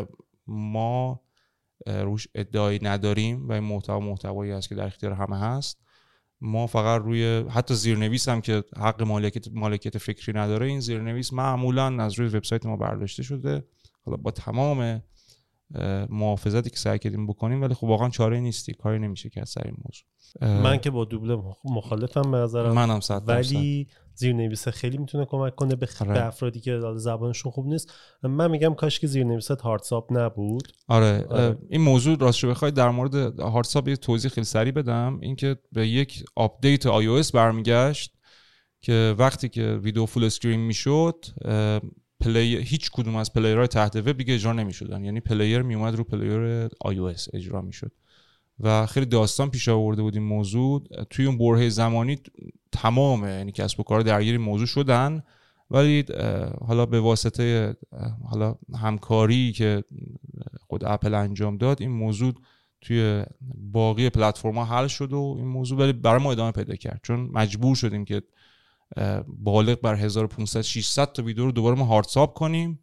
ما روش ادعایی نداریم و این محتوا محتوایی هست که در اختیار همه هست. ما فقط روی حتی زیرنویس هم که حق مالکیت مالکیت فکری نداره، این زیرنویس معمولا از روی وبسایت ما برداشته شده، حالا با تمام محافظتی که سعی کردیم بکنیم، ولی خب واقعا چاره نیستی، کاری نمیشه کرد سر این موضوع. من که با دوبله مخالفم به نظرم، منم صد درصد، ولی زیرنویس خیلی میتونه کمک کنه به, خ... به افرادی که زبانشون خوب نیست. من میگم کاش که زیرنویست هاردساب نبود. آره. آره این موضوع راستش بخوای در مورد هاردساب یه توضیح خیلی سریع بدم. اینکه به یک آپدیت آی او اس برمیگشت که وقتی که ویدیو فول اسکرین میشد، پلی هیچ کدوم از پلیرهای تحت وب دیگه اجرا نمیشدن، یعنی پلیر میومد رو پلیر آی او اس اجرا میشد و خیلی داستان پیش آورده بود این موضوع. توی اون برهه زمانی تمام یعنی کسب و کار درگیر موضوع شدن، ولی حالا به واسطه حالا همکاری که خود اپل انجام داد این موضوع توی باقی پلتفرم‌ها حل شد و این موضوع ولی برای ما ادامه پیدا کرد، چون مجبور شدیم که بالغ بر هزار و پانصد ششصد تا ویدیو رو دوباره ما هاردساب کنیم.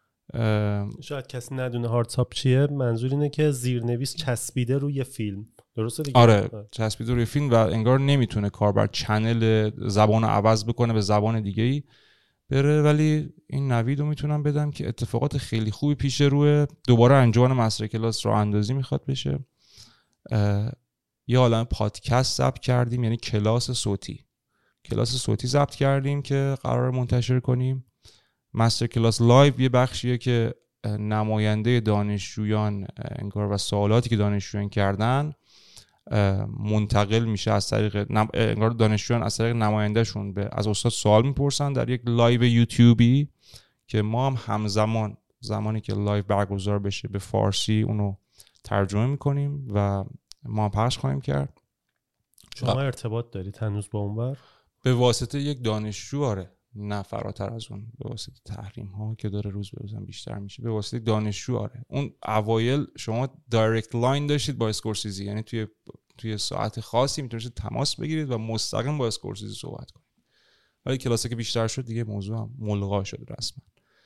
شاید کسی ندونه هاردساب چیه. منظور اینه که زیرنویس چسبیده روی فیلم، درسته دیگه؟ آره چسبیده روی فیلم و انگار نمیتونه کاربر چنل زبان عوض بکنه به زبان دیگه‌ای بره، ولی این نوید رو میتونم بدم که اتفاقات خیلی خوبی پیش روی. دوباره انجمن مستر کلاس راه اندازی میخواد بشه. یه عالمه پادکست ضبط کردیم، یعنی کلاس صوتی کلاس صوتی ضبط کردیم که قرار منتشر کنیم. مستر کلاس لایو یه بخشیه که نماینده دانشجویان انگار و سوالاتی که دانشجویان کردن منتقل میشه از طریق انگار دانشجویان از طریق نمایندهشون به از استاد سوال میپرسن در یک لایو یوتیوبی که ما هم همزمان زمانی که لایو برگزار بشه به فارسی اونو ترجمه میکنیم و ما پخش خواهیم کرد. شما ارتباط دارید هنوز با اونور؟ به واسطه یک دانشجو، آره، نه فراتر از اون، به واسطه تحریم ها که داره روز به روز بیشتر میشه، به واسطه دانشجو. آره اون اوایل شما دایرکت لاین داشتید با اسکورسیزی، یعنی توی توی ساعت خاصی میتونید تماس بگیرید و مستقیم با اسکورسیزی صحبت کنید. ولی کلاسی که بیشتر شد دیگه موضوع هم ملغا شد رسما.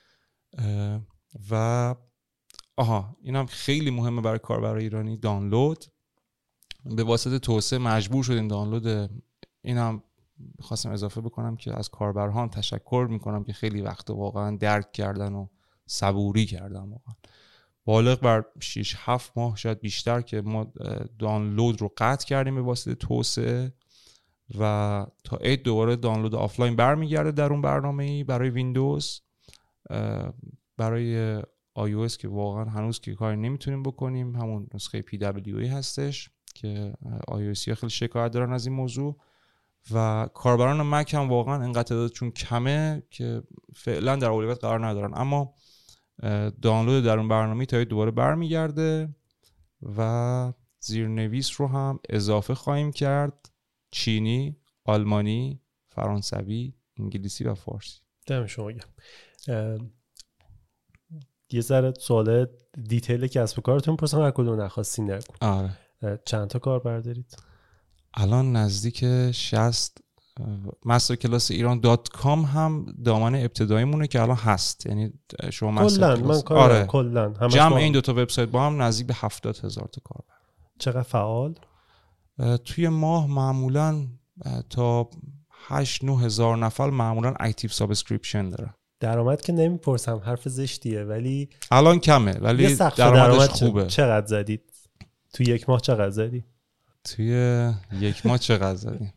و آها اینم خیلی مهمه برای کاربر ایرانی، دانلود. به واسطه توسعه مجبور شدیم دانلود. اینم خواستم اضافه بکنم که از کاربران تشکر میکنم که خیلی وقت واقعا درک کردن و صبوری کردن، واقعا بالغ بر شش هفت ماه شاید بیشتر که ما دانلود رو قطع کردیم به واسطه توسعه و تا عید دوباره دانلود آفلاین برمیگرده در اون برنامه‌ای برای ویندوز. برای آی او اس که واقعا هنوز که کاری نمیتونیم بکنیم، همون نسخه پی دبلیو ای هستش که آی او اس ها خیلی شکایت دارن از این موضوع و کاربران مک هم واقعا اینقدر تعدادشون کمه که فعلا در اولویت قرار ندارن. اما دانلود در اون برنامه تا دوباره برمیگرده و زیرنویس رو هم اضافه خواهیم کرد، چینی، آلمانی، فرانسوی، انگلیسی و فارسی. دم شما گرم. یه ذره سوال دیتیل کسب و کارتون پرسم، هر کدوم نخواستی نگو. آره. چند تا کاربر دارید؟ الان نزدیک شصت. مستر کلاس ایران دات کام هم دامنه ابتداییمونه که الان هست، یعنی شما مستر کلاس کلن آره کلن جمع این دو تا وبسایت با هم نزدیک به هفتاد هزار تا کاربر. چقدر فعال؟ توی ماه معمولاً تا هشت نه هزار نفر معمولاً اکتیو سابسکریپشن داره. درآمد که نمیپرسم، حرف زشتیه، ولی الان کمه ولی درآمدش خوبه. چقدر زدید توی یک ماه؟ چقدر زدی توی یک ماه چقدر زدی؟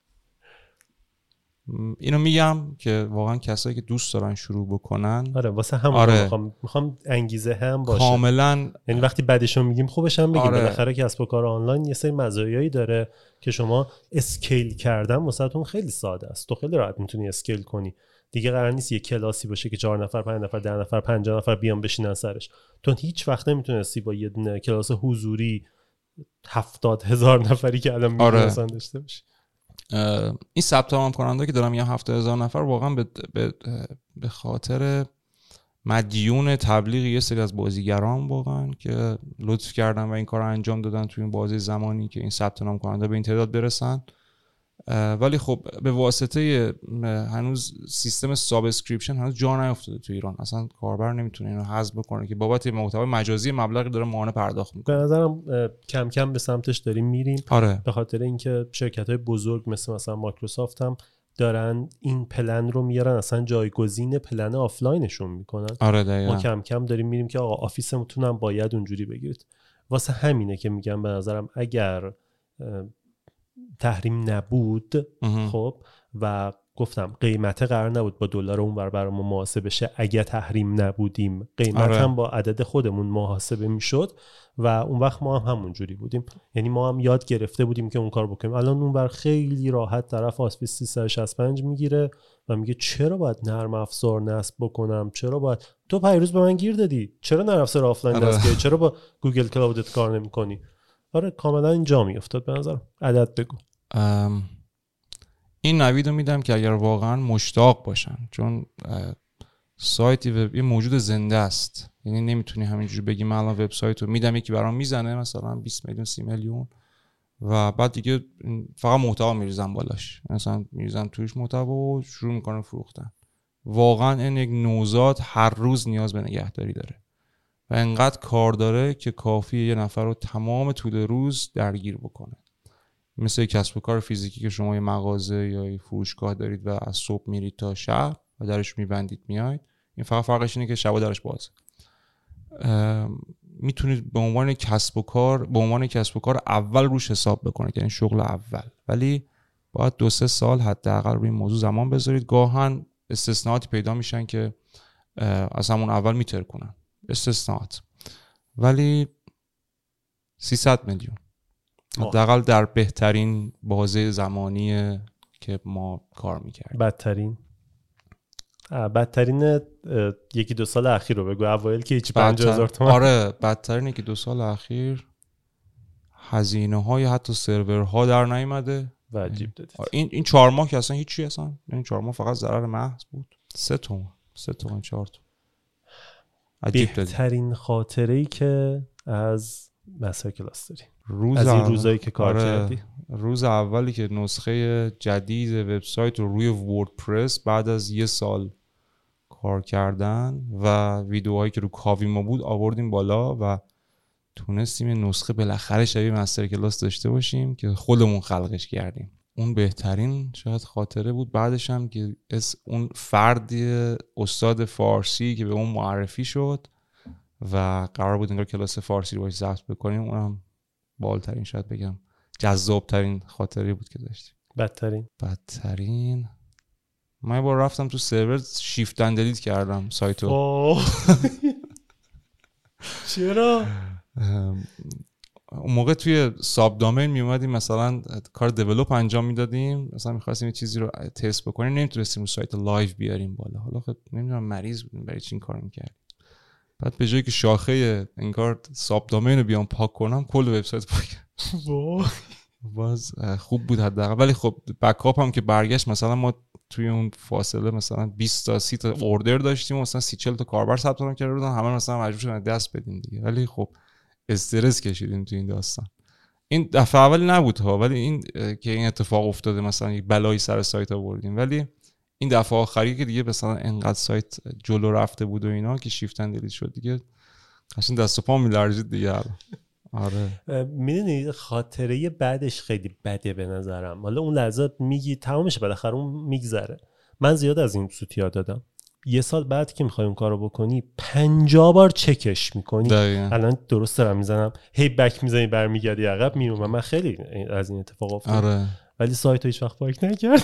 اینو میگم که واقعا کسایی که دوست دارن شروع بکنن، آره واسه همون آره. میخوام میخوام انگیزه هم باشه کاملا. یعنی وقتی بعدشو میگیم خوبش هم بگیم. آره. بالاخره کسب و کار آنلاین یه سری مزایایی داره که شما اسکیل کردن واسهتون خیلی ساده است، تو خیلی راحت میتونی اسکیل کنی. دیگه قرار نیست یه کلاسی باشه که چهار نفر، پنج نفر، ده نفر، پنجاه نفر بیان بشینن سرش. تو هیچ وقت نمیتونستی با یه کلاس حضوری هفتاد هزار نفری که الان میتونستن آره. داشته باشی. این ثبت نام کننده که دارم یه هفتاد هزار نفر واقعا به به به خاطر مدیون تبلیغ یه سری از بازیگران واقعا که لطف کردن و این کار رو انجام دادن توی این بازی زمانی که این ثبت نام کننده به این تعداد برسن. ولی خب به واسطه هنوز سیستم سابسکریپشن هنوز جا نیافتاده تو ایران، اصلا کاربر نمیتونه اینو حذف بکنه که بابت محتوای مجازی مبلغی داره ماهانه پرداخت میکنه. به نظرم کم کم به سمتش داریم میریم. آره. به خاطر اینکه شرکت‌های بزرگ مثل مثلا مایکروسافت هم دارن این پلن رو میارن، اصلا جایگزین پلن آفلاینشون میکنن. آره دقیقاً. ما کم کم داریم میریم که آقا آفیسمون هم باید اونجوری بگیرید. واسه همینه که میگم به نظرم اگر تحریم نبود خب و گفتم قیمت قرار نبود با دلار اونور برام محاسبه بشه، اگه تحریم نبودیم قیمت آره. هم با عدد خودمون محاسبه میشد و اون وقت ما هم همونجوری بودیم. یعنی ما هم یاد گرفته بودیم که اون کار بکنیم. الان اونور خیلی راحت طرف آفیس سیصد و شصت و پنج میگیره و میگه چرا باید نرم افزار نصب بکنم، چرا باید تو پیروز به من گیر دادی، چرا نرم افزار آفلاین نصب کردی، چرا با گوگل کلاودت کار نمی‌کنی. آره کاملا اینجا میافتاد به نظرم. عدد بگو. این نویدو میدم که اگر واقعا مشتاق باشن، چون سایتی وب یه موجود زنده است، یعنی نمیتونی همینجوری بگی من الان وبسایتو میدم یکی برام میزنه مثلا بیست میلیون سی میلیون و بعد دیگه فقط محتوا میریزن بالاش، مثلا میریزن توش محتوا و شروع میکنن فروختن. واقعا این یک نوزاد هر روز نیاز به نگهداری داره و انقدر کار داره که کافیه یه نفر رو تمام طول روز درگیر بکنه. مثل کسب و کار فیزیکی که شما یه مغازه یا یه فروشگاه دارید و از صبح میرید تا شب و درش میبندید میاید، این فقط فرقش اینه که شب درش بازه. میتونید به عنوان کسب و کار به عنوان کسب و کار اول روش حساب بکنید، یعنی شغل اول، ولی باید دو سه سال حداقل روی این موضوع زمان بذارید. گاهن استثناءاتی پیدا میشن که از همون اول میترکنن، استثناءات، ولی سیصد میلیون حداقل در بهترین بازه زمانی که ما کار میکردیم. بدترین بدترین یکی دو سال اخیر رو بگو، اوایل که هیچ پنجاه هزار تومان. آره بدترین یکی دو سال اخیر هزینه های حتی سرورها در نیامده و عجیب دادید. این این چهار ماه که اصلا هیچی، اصلا این چهار ماه فقط ضرر محض بود. سه تومن سه تومن چهار تومن. عجیب دادید. بهترین خاطره‌ای که از مستر کلاس داری روز از این روزایی که کار آره. کردی؟ روز اولی که نسخه جدید وبسایت رو روی وردپرس بعد از یه سال کار کردن و ویدیوهایی که رو کاویما بود آوردیم بالا و تونستیم نسخه بالاخره شبیه مستر کلاس داشته باشیم که خودمون خلقش کردیم. اون بهترین شاید خاطره بود. بعدش هم که اون فردی استاد فارسی که به اون معرفی شد و قرار بود انگار کلاس فارسی رو باش ضبط بکنیم، اونم بالترین شاید بگم جذابترین خاطره بود که داشتیم. بدترین بدترین من یه بار رفتم تو سرور شیفت اند دلیت کردم سایتو. چرا؟ اون موقع توی ساب دامین می اومدیم مثلا کار دیولپ انجام میدادیم، مثلا می‌خواستیم یه چیزی رو تست بکنیم، نمیتونستیم رو سایت لایو بیاریم بالا. حالا خب نمیدونم مریض بودیم برای چی این کارو می‌کردیم. بعد به جایی که شاخه انگار ساب دامین رو بیام پاک کنم کل وبسایت پاک کردم. باز خوب بود حداقل، ولی خب بکاپ هم که برگشت مثلا ما توی اون فاصله مثلا بیست تا سی تا اوردر داشتیم، مثلا سی چهل تا کاربر ثبت نام کرده بودن، همه مثلا مجبور شدن دست بدیم دیگه. ولی خب استرس کشیدیم تو این داستان. این دفعه اول نبود ها، ولی این که این اتفاق افتاده مثلا یک بلایی سر سایت آوردیم، ولی این دفعه آخری که دیگه مثلا انقدر سایت جلو رفته بود و اینا که شیفت اند دلیت شد دیگه قشنگ دست و پا میلرزید دیگه. آره میدونی خاطره بعدش خیلی بده به نظرم. حالا اون لحظه میگی تمامشه، بالاخره اون میگذره. من زیاد از این سوتیا دادم. یه سال بعد که میخوای اون کارو بکنی پنجاه بار چکش میکنی. الان درست دارم میزنم، هی بک میزنی برمیگردی عقب میرم و من خیلی از این اتفاق افتاد. آره. ولی سایت رو هیچ وقت پاک نکرد.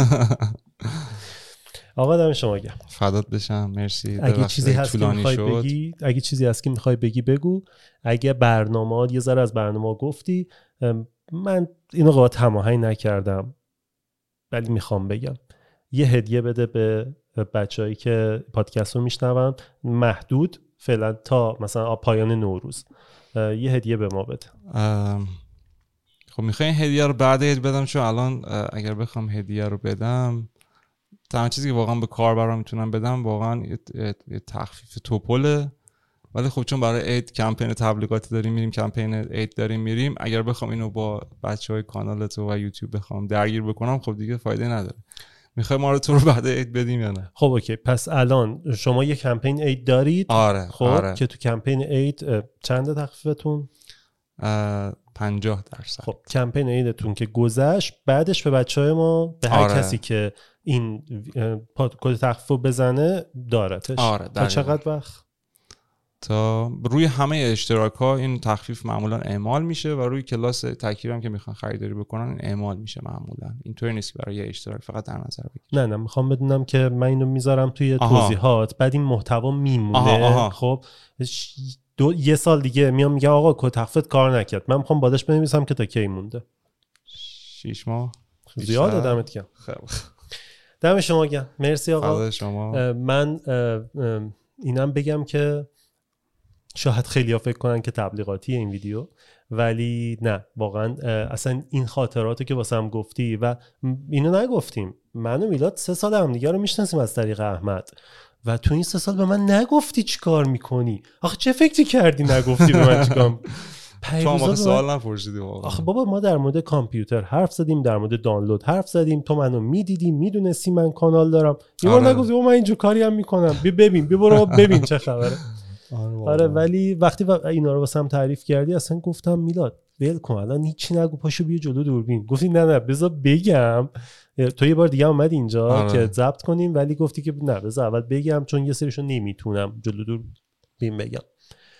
آقا دم شما گرم. فدات بشم، مرسی. اگه چیزی هست که میخوای بگی، اگه چیزی هست که میخوای بگی بگو. اگه برنامه یه ذره از برنامه گفتی، من اینو قاعد هماهنگ نکردم ولی میخوام بگم یه هدیه بده به بچه‌هایی که پادکست رو میشنون، محدود فعلا تا مثلا پایان نوروز یه هدیه به ما بده. خب میخوای هدیه رو بعد عید بدم؟ چون الان اگر بخوام هدیه رو بدم، تمام چیزی که واقعا به کاربرا میتونم بدم واقعا یه تخفیف توپله. ولی خب چون برای عید کمپین تبلیغاتی داریم میریم، کمپین عید داریم میریم، اگر بخوام اینو با بچهای کانال تو و یوتیوب بخوام درگیر بکنم خب دیگه فایده نداره. میخوای ما رو تو رو بعد عید بدیم یا نه؟ خب اوکی، پس الان شما یه کمپین عید دارید. آره خب آره. که تو کمپین عید چند تخفیفتون؟ پنجاه درصد. خب کمپین عیدتون که گذشت، بعدش به بچهای ما، به هر آره. کسی که این کد تخفیف بزنه دارتش. آره. تا چقدر وقت؟ تا روی همه اشتراک ها این تخفیف معمولا اعمال میشه و روی کلاس تکیب هم که میخوان خریداری بکنن اعمال میشه معمولا. اینطوری نیست که برای یه اشتراک فقط در نظر بگیرید. نه نه میخوام بدونم که من اینو میذارم توی آها. توضیحات، بعد این محتوا میمونه. آها آها. خب دو یه سال دیگه میام میگم آقا کد تخفیف کار نکرد، من میخوام بعدش بنویسم که تا کی مونده. شش ماه. زیاد دمت گرم. خب دم شما گرم. مرسی آقا. شما. من اینم بگم که شاید خیلی ها فکر کنن که تبلیغاتی این ویدیو، ولی نه واقعا اصلا این خاطراتی که واسه هم گفتی و اینو نگفتیم، من و میلاد سه سال هم دیگه رو میشناسیم از طریق احمد و تو این سه سال به من نگفتی چی کار میکنی. آخه چه فکری کردی نگفتی به من چی کار؟ تو هم سوال نپرسیدی واقعا. آخه بابا ما در مورد کامپیوتر حرف زدیم، در مورد دانلود حرف زدیم، تو منو میدیدی میدونستی من کانال دارم، یه بار نگفتی من اینجور کاری هم میکنم، بیا ببین بیا برو ببین چه خبره. آره ولی وقتی و اینا رو واسم تعریف کردی اصلا گفتم میلاد ول کن الان هیچی نگو، پاشو بیا جلو دوربین. گفتی نه نه بذار بگم. تو یه بار دیگه اومد اینجا آره. که ضبط کنیم ولی گفتی که نه بذار اول بگم چون یه سریشو نمیتونم جلو دوربین بگم.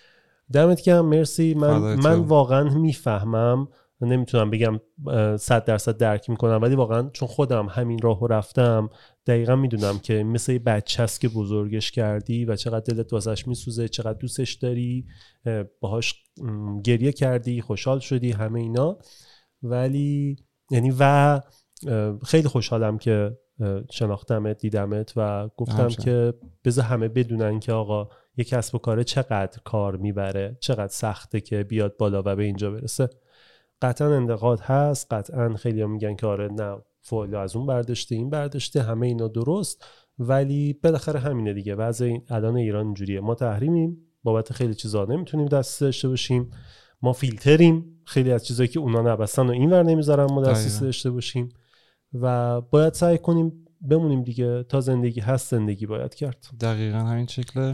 دمت گرم، مرسی. من من واقعا میفهمم، نمیتونم بگم صد درصد درک میکنم، ولی واقعا چون خودم همین راهو رفتم دقیقا میدونم که مثل یه بچه است که بزرگش کردی و چقدر دلت واسش میسوزه، چقدر دوستش داری، باهاش گریه کردی، خوشحال شدی، همه اینا. ولی یعنی و خیلی خوشحالم که شناختمت، دیدمت و گفتم همچنان. که بذار همه بدونن که آقا یک کسب و کار چقدر کار میبره، چقدر سخته که بیاد بالا و به اینجا برسه. قطعا انتقاد هست، قطعا خیلی هم میگن که آره نه فعلا از اون برداشته این برداشته، همه اینا درست، ولی بالاخره همینه دیگه. وضع الان ایران اینجوریه، ما تحریمیم، بابت خیلی چیزا نمیتونیم دست داشته باشیم، ما فیلتریم، خیلی از چیزایی که اونا نبستن و اینور نمیذارن ما دست داشته باشیم و باید سعی کنیم بمونیم دیگه. تا زندگی هست زندگی باید کرد. دقیقاً همین شکله.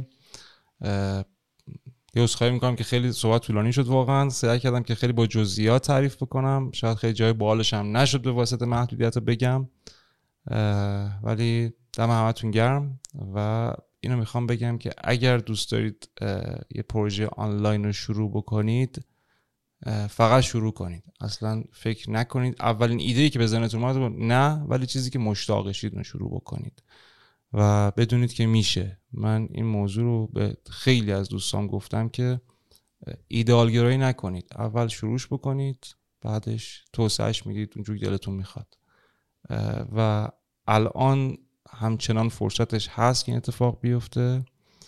یه عذرخواهی میکنم که خیلی صحبت طولانی شد، واقعا سعی کردم که خیلی با جزئیات تعریف بکنم، شاید خیلی جای باحالش هم نشد به واسطه محدودیت بگم، ولی دم همتون گرم. و اینو میخوام بگم که اگر دوست دارید یه پروژه آنلاین رو شروع بکنید، فقط شروع کنید، اصلا فکر نکنید اولین ایده‌ای که به ذهنتون اومد نه، ولی چیزی که مشتاقشید رو شروع بکنید و بدونید که میشه. من این موضوع رو به خیلی از دوستان گفتم که ایدئال گرایی نکنید، اول شروعش بکنید، بعدش توسعهش میدید اونجوری دلتون میخواد. و الان همچنان فرصتش هست که این اتفاق بیفته.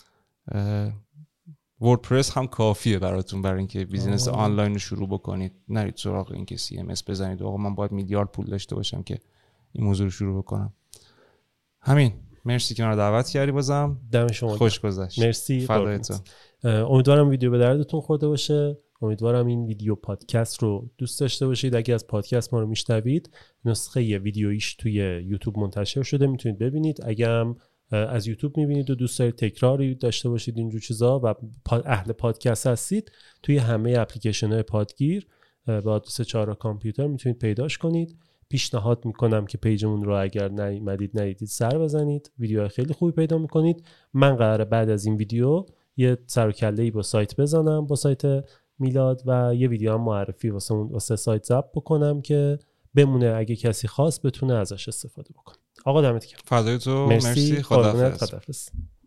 وردپرس هم کافیه براتون برای اینکه بیزینس آنلاین رو شروع بکنید. نرید سراغ اینکه سی ام اس بزنید آقا من باید میلیارد پول داشته باشم که این موضوع رو شروع بکنم. همین. مرسی که من رو دعوت کردی، بازم دم شما خوش گذشت. مرسی. فدای تو. امیدوارم ویدیو به دردتون خورده باشه. امیدوارم این ویدیو پادکست رو دوست داشته باشید. اگه از پادکست ما رو میشنوید، نسخه ویدیویش توی یوتیوب منتشر شده، میتونید ببینید. اگه هم از یوتیوب میبینید و دوست دارید تکراری داشته باشید اینجور چیزا و اهل پادکست هستید، توی همه اپلیکیشن های پادگیر با آدرس چهارراه کامپیوتر میتونید پیداش کنید. پیشنهاد میکنم که پیجمون رو اگر نیومدید ندیدید سر بزنید، ویدیوهای خیلی خوبی پیدا میکنید. من قراره بعد از این ویدیو یه سر و کله‌ای با سایت بزنم، با سایت میلاد، و یه ویدیو هم معرفی واسه اون واسه سایت ضبط بکنم که بمونه اگه کسی خواست بتونه ازش استفاده بکنه. آقا دمت گرم. فدای تو. مرسی. مرسی. خداحافظ. خداحافظ.